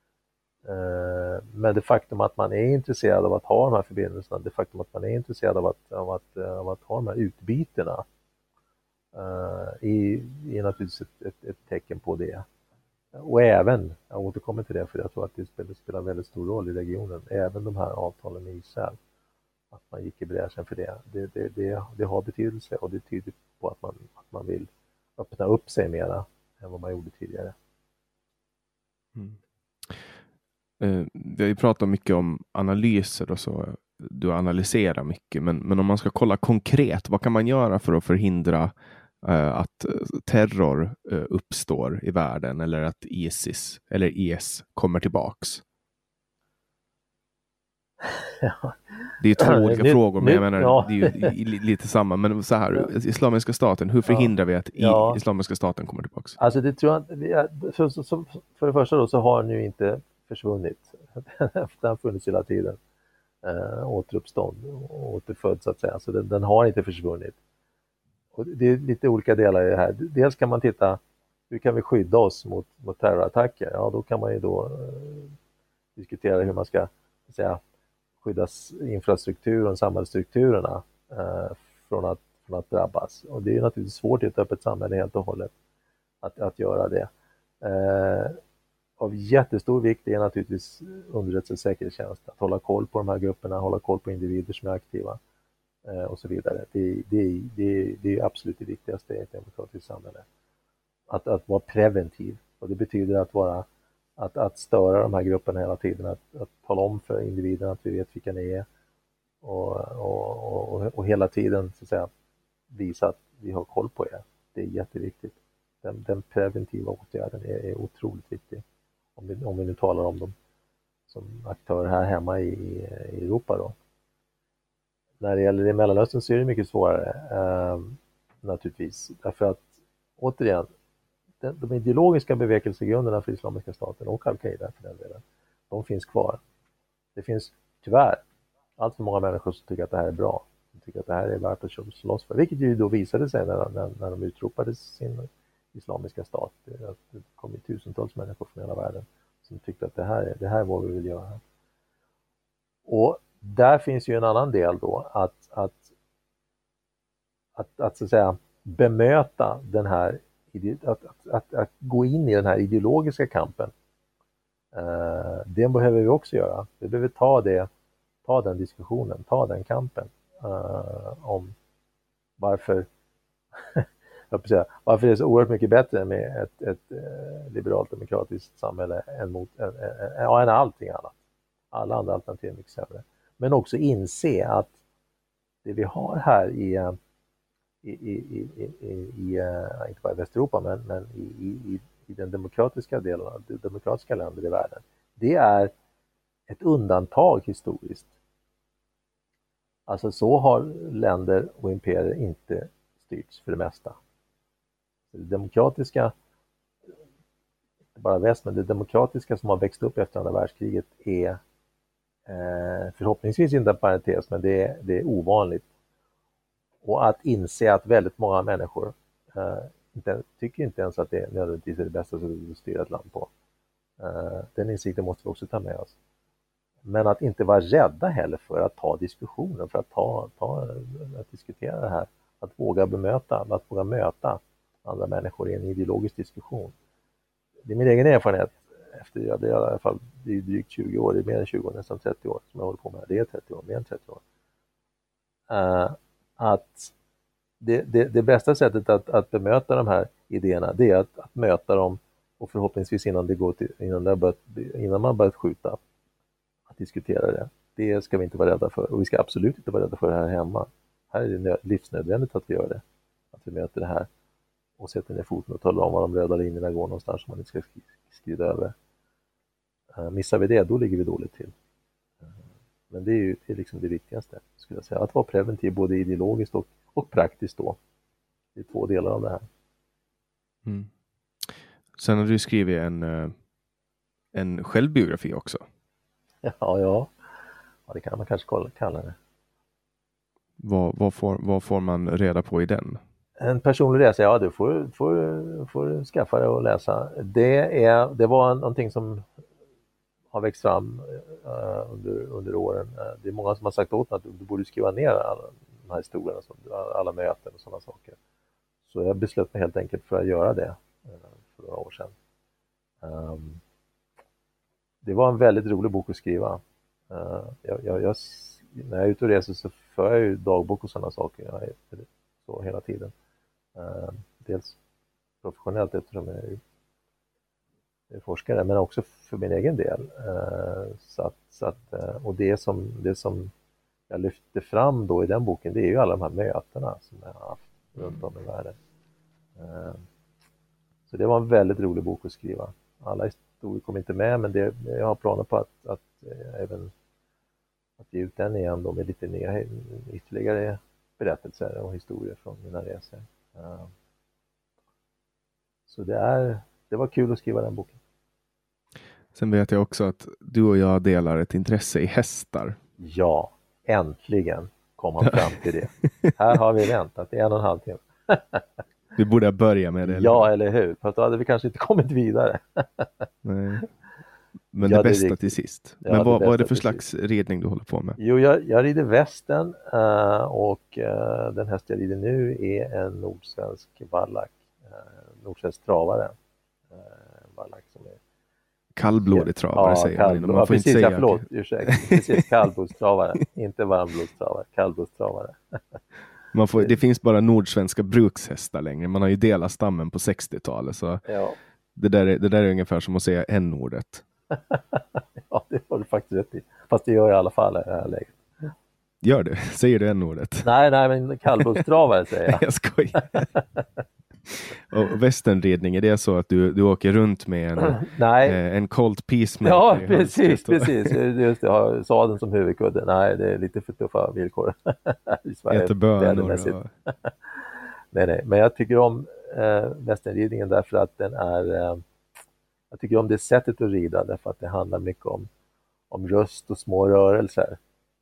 Men det faktum att man är intresserad av att ha de här förbindelserna, det faktum att man är intresserad av att ha de här utbytena är naturligtvis ett tecken på det. Och även, jag återkommer till det för jag tror att det spelar väldigt stor roll i regionen, även de här avtalen med Israel, att man gick i bräschen för det har betydelse, och det tyder på att man vill öppna upp sig mera än vad man gjorde tidigare. Vi har ju pratat mycket om analyser och så. Du analyserar mycket, men om man ska kolla konkret, vad kan man göra för att förhindra att terror uppstår i världen, eller att ISIS eller IS kommer tillbaks? Ja. Det är två olika frågor, men jag menar, det är ju lite samma. Men så här, Islamiska staten, hur förhindrar vi att Islamiska staten kommer tillbaks? Alltså det tror jag, för det första då, så har den ju inte försvunnit. Den har funnits hela tiden. Återuppstånd, återfödd så att säga. Så den har inte försvunnit. Och det är lite olika delar i det här. Dels kan man titta, hur kan vi skydda oss mot terrorattacker? Ja, då kan man ju diskutera hur man ska säga, skydda infrastrukturen, samhällsstrukturerna från att drabbas. Och det är naturligtvis svårt i ett öppet samhälle helt och hållet att göra det. Av jättestor vikt är naturligtvis underrättelse- och säkerhetstjänst. Att hålla koll på de här grupperna, hålla koll på individer som är aktiva och så vidare. Det är absolut det viktigaste i ett demokratiskt samhälle. Att vara preventiv. Och det betyder att störa de här grupperna hela tiden. Att tala om för individerna att vi vet vilka ni är. Och hela tiden så att säga, visa att vi har koll på er. Det är jätteviktigt. Den preventiva åtgärden är otroligt viktig. Om vi nu talar om dem som aktörer här hemma i Europa då. När det gäller i Mellanöstern så är det mycket svårare naturligtvis. Därför att återigen, de ideologiska bevekelsegrunderna för Islamiska staten och Al-Qaida för den delen, de finns kvar. Det finns tyvärr allt för många människor som tycker att det här är bra. De tycker att det här är värt att slåss för. Vilket ju då visade sig när de utropade sin Islamiska stat. Det kom ju tusentals människor från hela världen som tyckte att det här är vad vi vill göra. Och där finns ju en annan del då att så att säga bemöta den här, att gå in i den här ideologiska kampen. Det behöver vi också göra. Vi behöver ta den diskussionen, ta den kampen om varför varför det är så oerhört mycket bättre med ett liberalt demokratiskt samhälle än allting annat. Alla andra alternativ är mycket sämre. Men också inse att det vi har här i inte bara i Västeuropa men i den demokratiska delen av de demokratiska länder i världen, det är ett undantag historiskt. Alltså så har länder och imperier inte styrts för det mesta. Det demokratiska, inte bara väst, men det demokratiska som har växt upp efter andra världskriget är förhoppningsvis inte en parentes, men det är ovanligt. Och att inse att väldigt många människor tycker inte ens att det nödvändigtvis är det bästa sättet att styra ett land på. Den insikten måste vi också ta med oss. Men att inte vara rädda heller för att ta diskussionen, för att diskutera det här. Att våga möta andra människor i en ideologisk diskussion. Det är min egen erfarenhet efter det är i alla fall drygt 20 år, det är mer än 20 år, nästan 30 år som jag håller på med. Det är 30 år, mer än 30 år. Att det bästa sättet att bemöta de här idéerna, det är att möta dem och förhoppningsvis innan man börjat skjuta, att diskutera det. Det ska vi inte vara rädda för, och vi ska absolut inte vara rädda för det här hemma. Här är det livsnödvändigt att vi gör det, att vi möter det här och sätter ner foten och talar om var de röda linjerna går någonstans som man inte ska skrida över. Missar vi det, då ligger vi dåligt till. Men det är liksom det viktigaste, skulle jag säga. Att vara preventiv både ideologiskt och praktiskt då. Det är 2 delar av det här. Mm. Sen har du skrivit en självbiografi också. Ja, det kan man kanske kalla det. Vad får man reda på i den? En personlig resa, ja, du får skaffa det och läsa. Det var någonting som har växt fram under åren. Det är många som har sagt åt mig att du borde skriva ner alla de här historierna, alla möten och sådana saker. Så jag beslöt mig helt enkelt för att göra det för några år sedan. Det var en väldigt rolig bok att skriva. När jag är ute och reser så för jag ju dagbok och sådana saker. Jag är så hela tiden. Dels professionellt eftersom jag är forskare, men också för min egen del. Och det som jag lyfter fram då i den boken, det är ju alla de här mötena som jag har haft runt om i världen. Så det var en väldigt rolig bok att skriva. Alla historier kom inte med, men jag har planer på att även att ge ut den igen då med lite nya, ytterligare berättelser och historier från mina resor. Så det var kul att skriva den boken. Sen vet jag också att du och jag delar ett intresse i hästar. Ja, äntligen kom han fram till det. Här har vi väntat i 1,5 timme. Vi borde börja med det. Ja, eller hur? Fast då hade vi kanske inte kommit vidare. Nej. Men det bästa till sist. Ja, men vad är det för slags ridning du håller på med? Jo, jag rider västen och den häst jag rider nu är en nordsvensk vallack. Nordsvensk travare. Vallack som är kallblodig travare säger man. Man får precis, inte säga. Förlåt, ursäkta. Precis, kallblodstravare. Inte varmblodstravare, kallblodstravare. Det finns bara nordsvenska brukshästar längre. Man har ju delat stammen på 60-talet. Så ja. Det där är ungefär som att säga n-ordet. Ja, det har du faktiskt rätt i. Fast det gör jag i alla fall i det här läget. Gör du? Säger du n-ordet? Nej, men kallblodstravare säger jag. Jag skojar. Och västernridning, är det så att du åker runt med en Colt Peacemaker? Ja, precis. Just det, har sadeln som huvudkudde. Nej, det är lite för tuffa villkor i Sverige. Äter bönor. Nej, men jag tycker om västernridningen därför att den är, jag tycker om det sättet att rida därför att det handlar mycket om röst och små rörelser.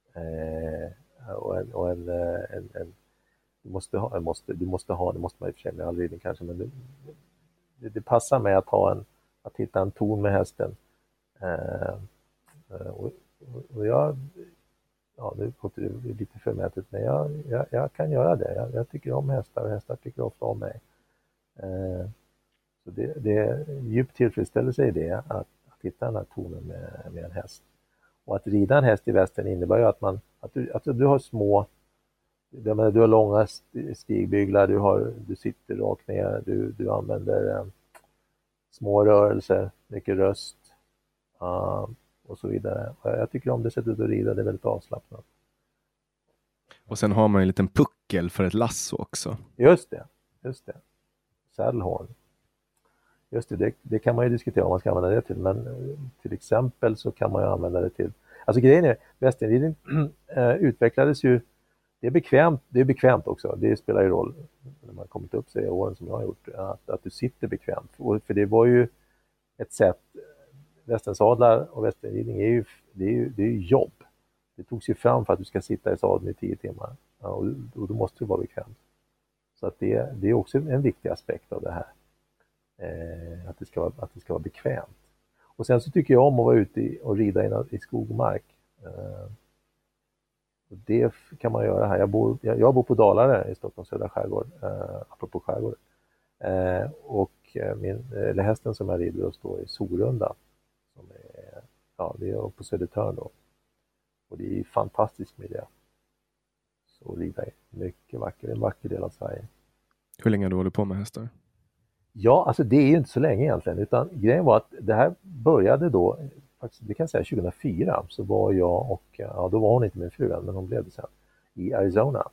Det måste man i och för sig med all ridning kanske, men det passar mig att hitta en ton med hästen. Och jag, nu låter det lite förmätet, men jag kan göra det. Jag tycker om hästar och hästar tycker ofta om mig. Så det är djupt tillfredsställelse i det, att hitta den här tonen med en häst. Och att rida en häst i västern innebär ju att du har små, du har långa stigbyglar, du sitter rakt ner, du använder små rörelser, mycket röst och så vidare. Jag tycker om det sättet att rida, det är väldigt avslappnat. Och sen har man en liten puckel för ett lasso också. Just det. Saddlehorn. Just det kan man ju diskutera vad man ska använda det till, men till exempel så kan man ju använda det till, alltså grejen är, västernridning utvecklades ju, det är bekvämt också, det spelar ju roll när man kommit upp sig i åren som jag har gjort, att du sitter bekvämt, för det var ju ett sätt, västernsadlar och västernridning det är ju jobb, det togs ju fram för att du ska sitta i sadeln i 10 timmar, och då måste du vara bekväm, så att det är också en viktig aspekt av det här. Att det ska vara bekvämt. Och sen så tycker jag om att vara ute och rida i skog och mark. Och det kan man göra här. Jag bor på Dalarö i Stockholms södra skärgård, apropå skärgård. Och hästen som jag rider och står i Sorunda, som det är på Södertörn då. Och det är fantastisk miljö. Så rida i mycket vacker, en vacker del av Sverige. Hur länge har du hållit på med hästar? Ja, alltså det är ju inte så länge egentligen, utan grejen var att det här började då, faktiskt, det kan jag säga 2004, så var jag och, då var hon inte min fru än, men hon blev det sen, i Arizona.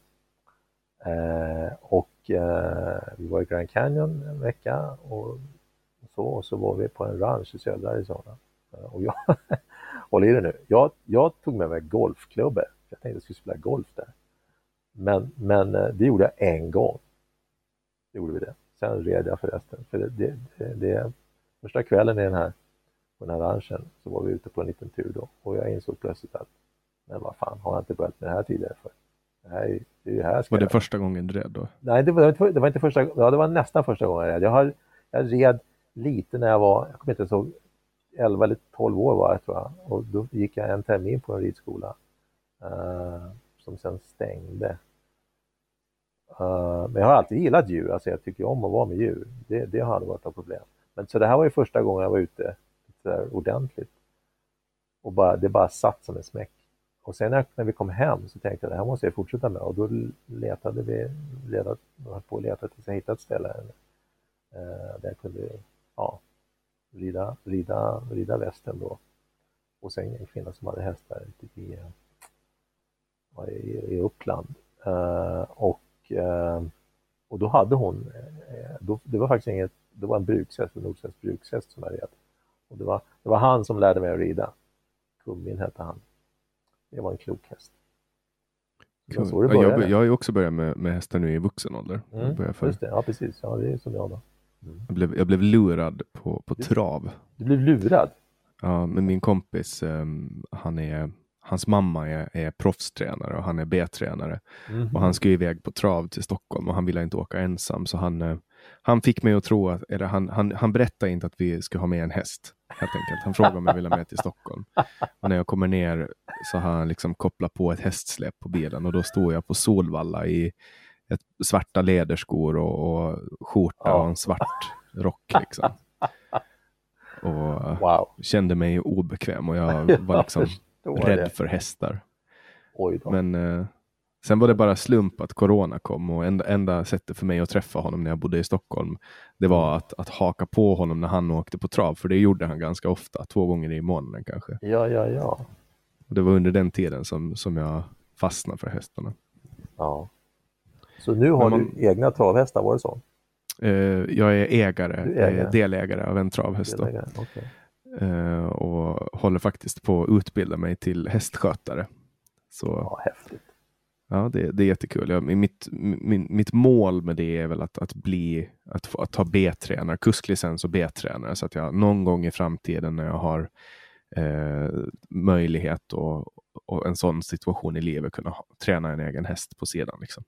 Vi var i Grand Canyon en vecka och så var vi på en ranch i södra Arizona. Och jag, håll i det nu, jag tog med mig golfklubbor, jag tänkte att jag skulle spela golf där. Men det gjorde jag en gång. Det gjorde vi det. Sen red jag förresten. För det första kvällen på den här ranchen så var vi ute på en liten tur då. Och jag insåg plötsligt att, men vad fan, har jag inte börjat med det här tidigare för? Det är ju här. Var det första gången du red då? Nej, det var inte första, ja, det var nästan första gången jag red. Jag red lite när jag kommer inte ihåg, 11 eller 12 år var jag, tror jag. Och då gick jag en termin på en ridskola som sen stängde. Men jag har alltid gillat djur, alltså jag tycker om att vara med djur, det har aldrig varit något problem. Men så det här var ju första gången jag var ute så där ordentligt och det bara satt som en smäck. Och sen när vi kom hem så tänkte jag, det här måste jag fortsätta med, och då letade vi tills jag hittade ett ställe där jag kunde rida västen då. Och sen en kvinna som hade hästar i Uppland. Och då hade hon, det var faktiskt det var en brukshäst, en nordsvensk brukshäst som jag red. Och det var han som lärde mig att rida. Kummin hette han. Det var en klok häst. Cool. Jag har ju också börjat med hästar nu i vuxen ålder. Just det, ja precis. Ja, det är som jag då. Jag blev lurad på trav. Du blev lurad? Ja, men min kompis, hans mamma är proffstränare och han är B-tränare. Och han ska iväg på trav till Stockholm och han ville inte åka ensam. Så han fick mig att tro att, han berättade inte att vi ska ha med en häst. Helt enkelt. Han frågade om jag ville med till Stockholm. Och när jag kommer ner så har han liksom kopplat på ett hästsläp på bilen. Och då står jag på Solvalla i svarta läderskor och skjorta och en svart rock liksom. Och kände mig obekväm och jag var liksom rädd för hästar. Oj då. Men sen var det bara slump att corona kom och enda sättet för mig att träffa honom när jag bodde i Stockholm, det var att haka på honom när han åkte på trav, för det gjorde han ganska ofta, 2 gånger i månaden kanske. Ja. Och det var under den tiden som jag fastnade för hästarna. Ja. Så nu har du egna travhästar, var det så? Jag är delägare av en travhäst. Okay. Och håller faktiskt på att utbilda mig till hästskötare. Så, häftigt. Ja, det är jättekul. Mitt mål med det är väl att ta B-tränare, kusklicens och B-tränare, så att jag någon gång i framtiden när jag har möjlighet och en sån situation i livet kunna träna en egen häst på sidan liksom.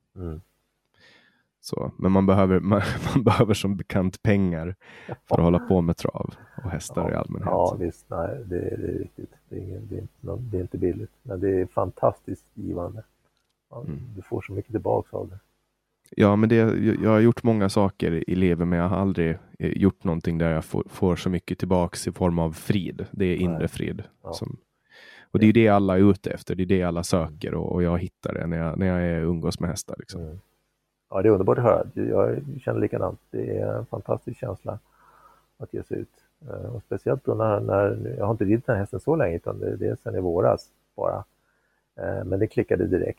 Så, men man behöver som bekant pengar för att hålla på med trav och hästar i allmänhet. Ja, visst. Nej, det är riktigt. Det är inte billigt, men det är fantastiskt givande. Du får så mycket tillbaka av det. Ja, men jag har gjort många saker i livet, men jag har aldrig gjort någonting där jag får så mycket tillbaka i form av frid. Det är inre frid. Ja. Och det är ju det alla är ute efter. Det är det alla söker, och jag hittar det när jag är umgås med hästar. Liksom. Ja, det är underbart att höra. Jag känner likadant. Det är en fantastisk känsla att ge sig ut. Och speciellt då när jag har inte ridit den här hästen så länge, utan det är sedan i våras bara. Men det klickade direkt,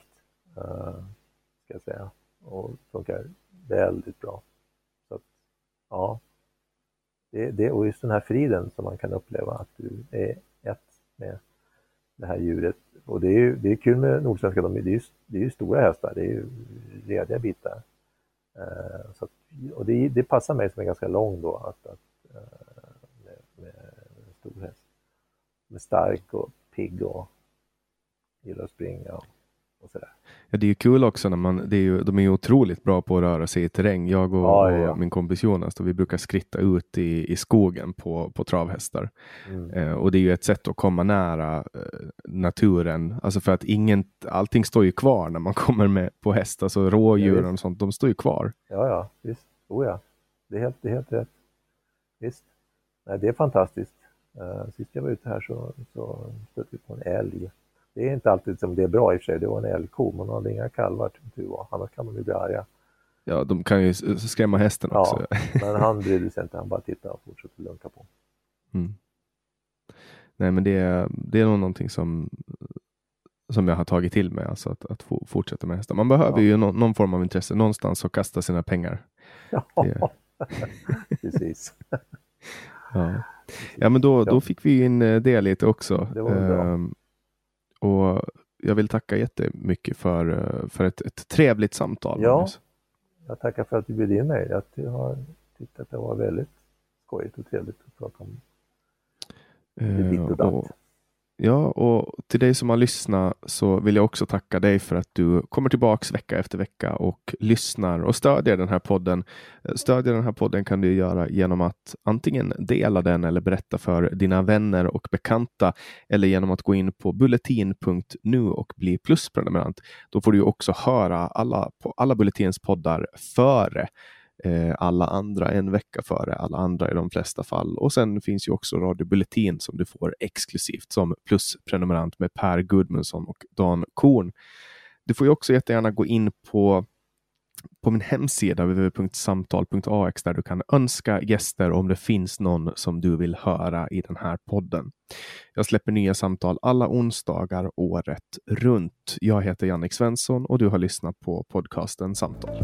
ska jag säga. Och funkar väldigt bra. Så att, ja. Och just den här friden som man kan uppleva, att du är ett med det här djuret. Och det är kul med nordsvenska, det är ju stora hästar, det är ju rediga bitar. Så att, och det passar mig som är ganska lång då, att med stor häst. Med stark och pigg och gillar att springa och sådär. Ja, det är ju kul också när de är ju otroligt bra på att röra sig i terräng. Jag och min kompis Jonas, vi brukar skritta ut i skogen på travhästar. Och det är ju ett sätt att komma nära naturen. Alltså för att allting står ju kvar när man kommer med på hästar. Alltså rådjuren och sånt, de står ju kvar. Ja, visst. Ja. Det är helt rätt. Visst. Nej, det är fantastiskt. Sist jag var ute här så stötte vi på en älg. Det är inte alltid som det är bra i och för sig. Det var en älgko, men man hade inga kalvar tur var. Annars kan man ju bli arga. Ja, de kan ju skrämma hästen också. Men han brydde sig inte. Han bara tittade och fortsatte lunka på. Nej, men det är nog någonting som jag har tagit till mig. Alltså att fortsätta med hästar. Man behöver ju någon form av intresse. Någonstans att kasta sina pengar. Ja, precis. Ja, men då fick vi in det lite också. Det var bra. Och jag vill tacka jättemycket för ett trevligt samtal. Ja, jag tackar för att du bjöd in mig. Jag har tyckt att det var väldigt skojigt och trevligt att prata om ditt och datt. Ja, och till dig som har lyssnat så vill jag också tacka dig för att du kommer tillbaks vecka efter vecka och lyssnar och stödjer den här podden. Stödja den här podden kan du göra genom att antingen dela den eller berätta för dina vänner och bekanta, eller genom att gå in på bulletin.nu och bli plusprenumerant. Då får du också höra alla Bulletins poddar före alla andra, en vecka före alla andra i de flesta fall. Och sen finns ju också Radio Bulletin som du får exklusivt som plusprenumerant med Per Gudmundsson och Dan Korn. Du får ju också jättegärna gå in på min hemsida www.samtal.ax där du kan önska gäster om det finns någon som du vill höra i den här podden. Jag släpper nya samtal alla onsdagar året runt. Jag heter Jannik Svensson och du har lyssnat på podcasten Samtal.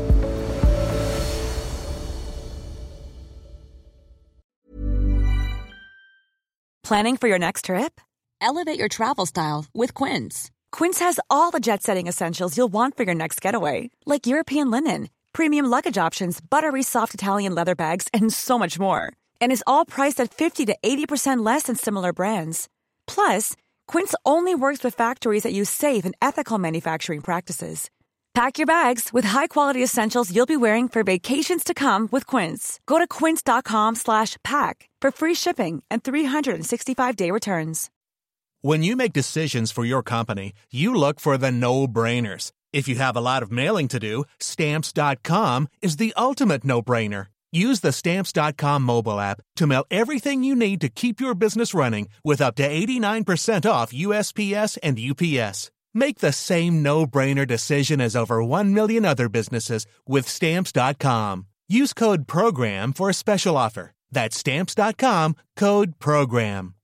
Planning for your next trip? Elevate your travel style with Quince. Quince has all the jet-setting essentials you'll want for your next getaway, like European linen, premium luggage options, buttery soft Italian leather bags, and so much more. And is all priced at 50 to 80% less than similar brands. Plus, Quince only works with factories that use safe and ethical manufacturing practices. Pack your bags with high-quality essentials you'll be wearing for vacations to come with Quince. Go to quince.com/pack for free shipping and 365-day returns. When you make decisions for your company, you look for the no-brainers. If you have a lot of mailing to do, Stamps.com is the ultimate no-brainer. Use the Stamps.com mobile app to mail everything you need to keep your business running with up to 89% off USPS and UPS. Make the same no-brainer decision as over 1 million other businesses with Stamps.com. Use code PROGRAM for a special offer. That's Stamps.com, code PROGRAM.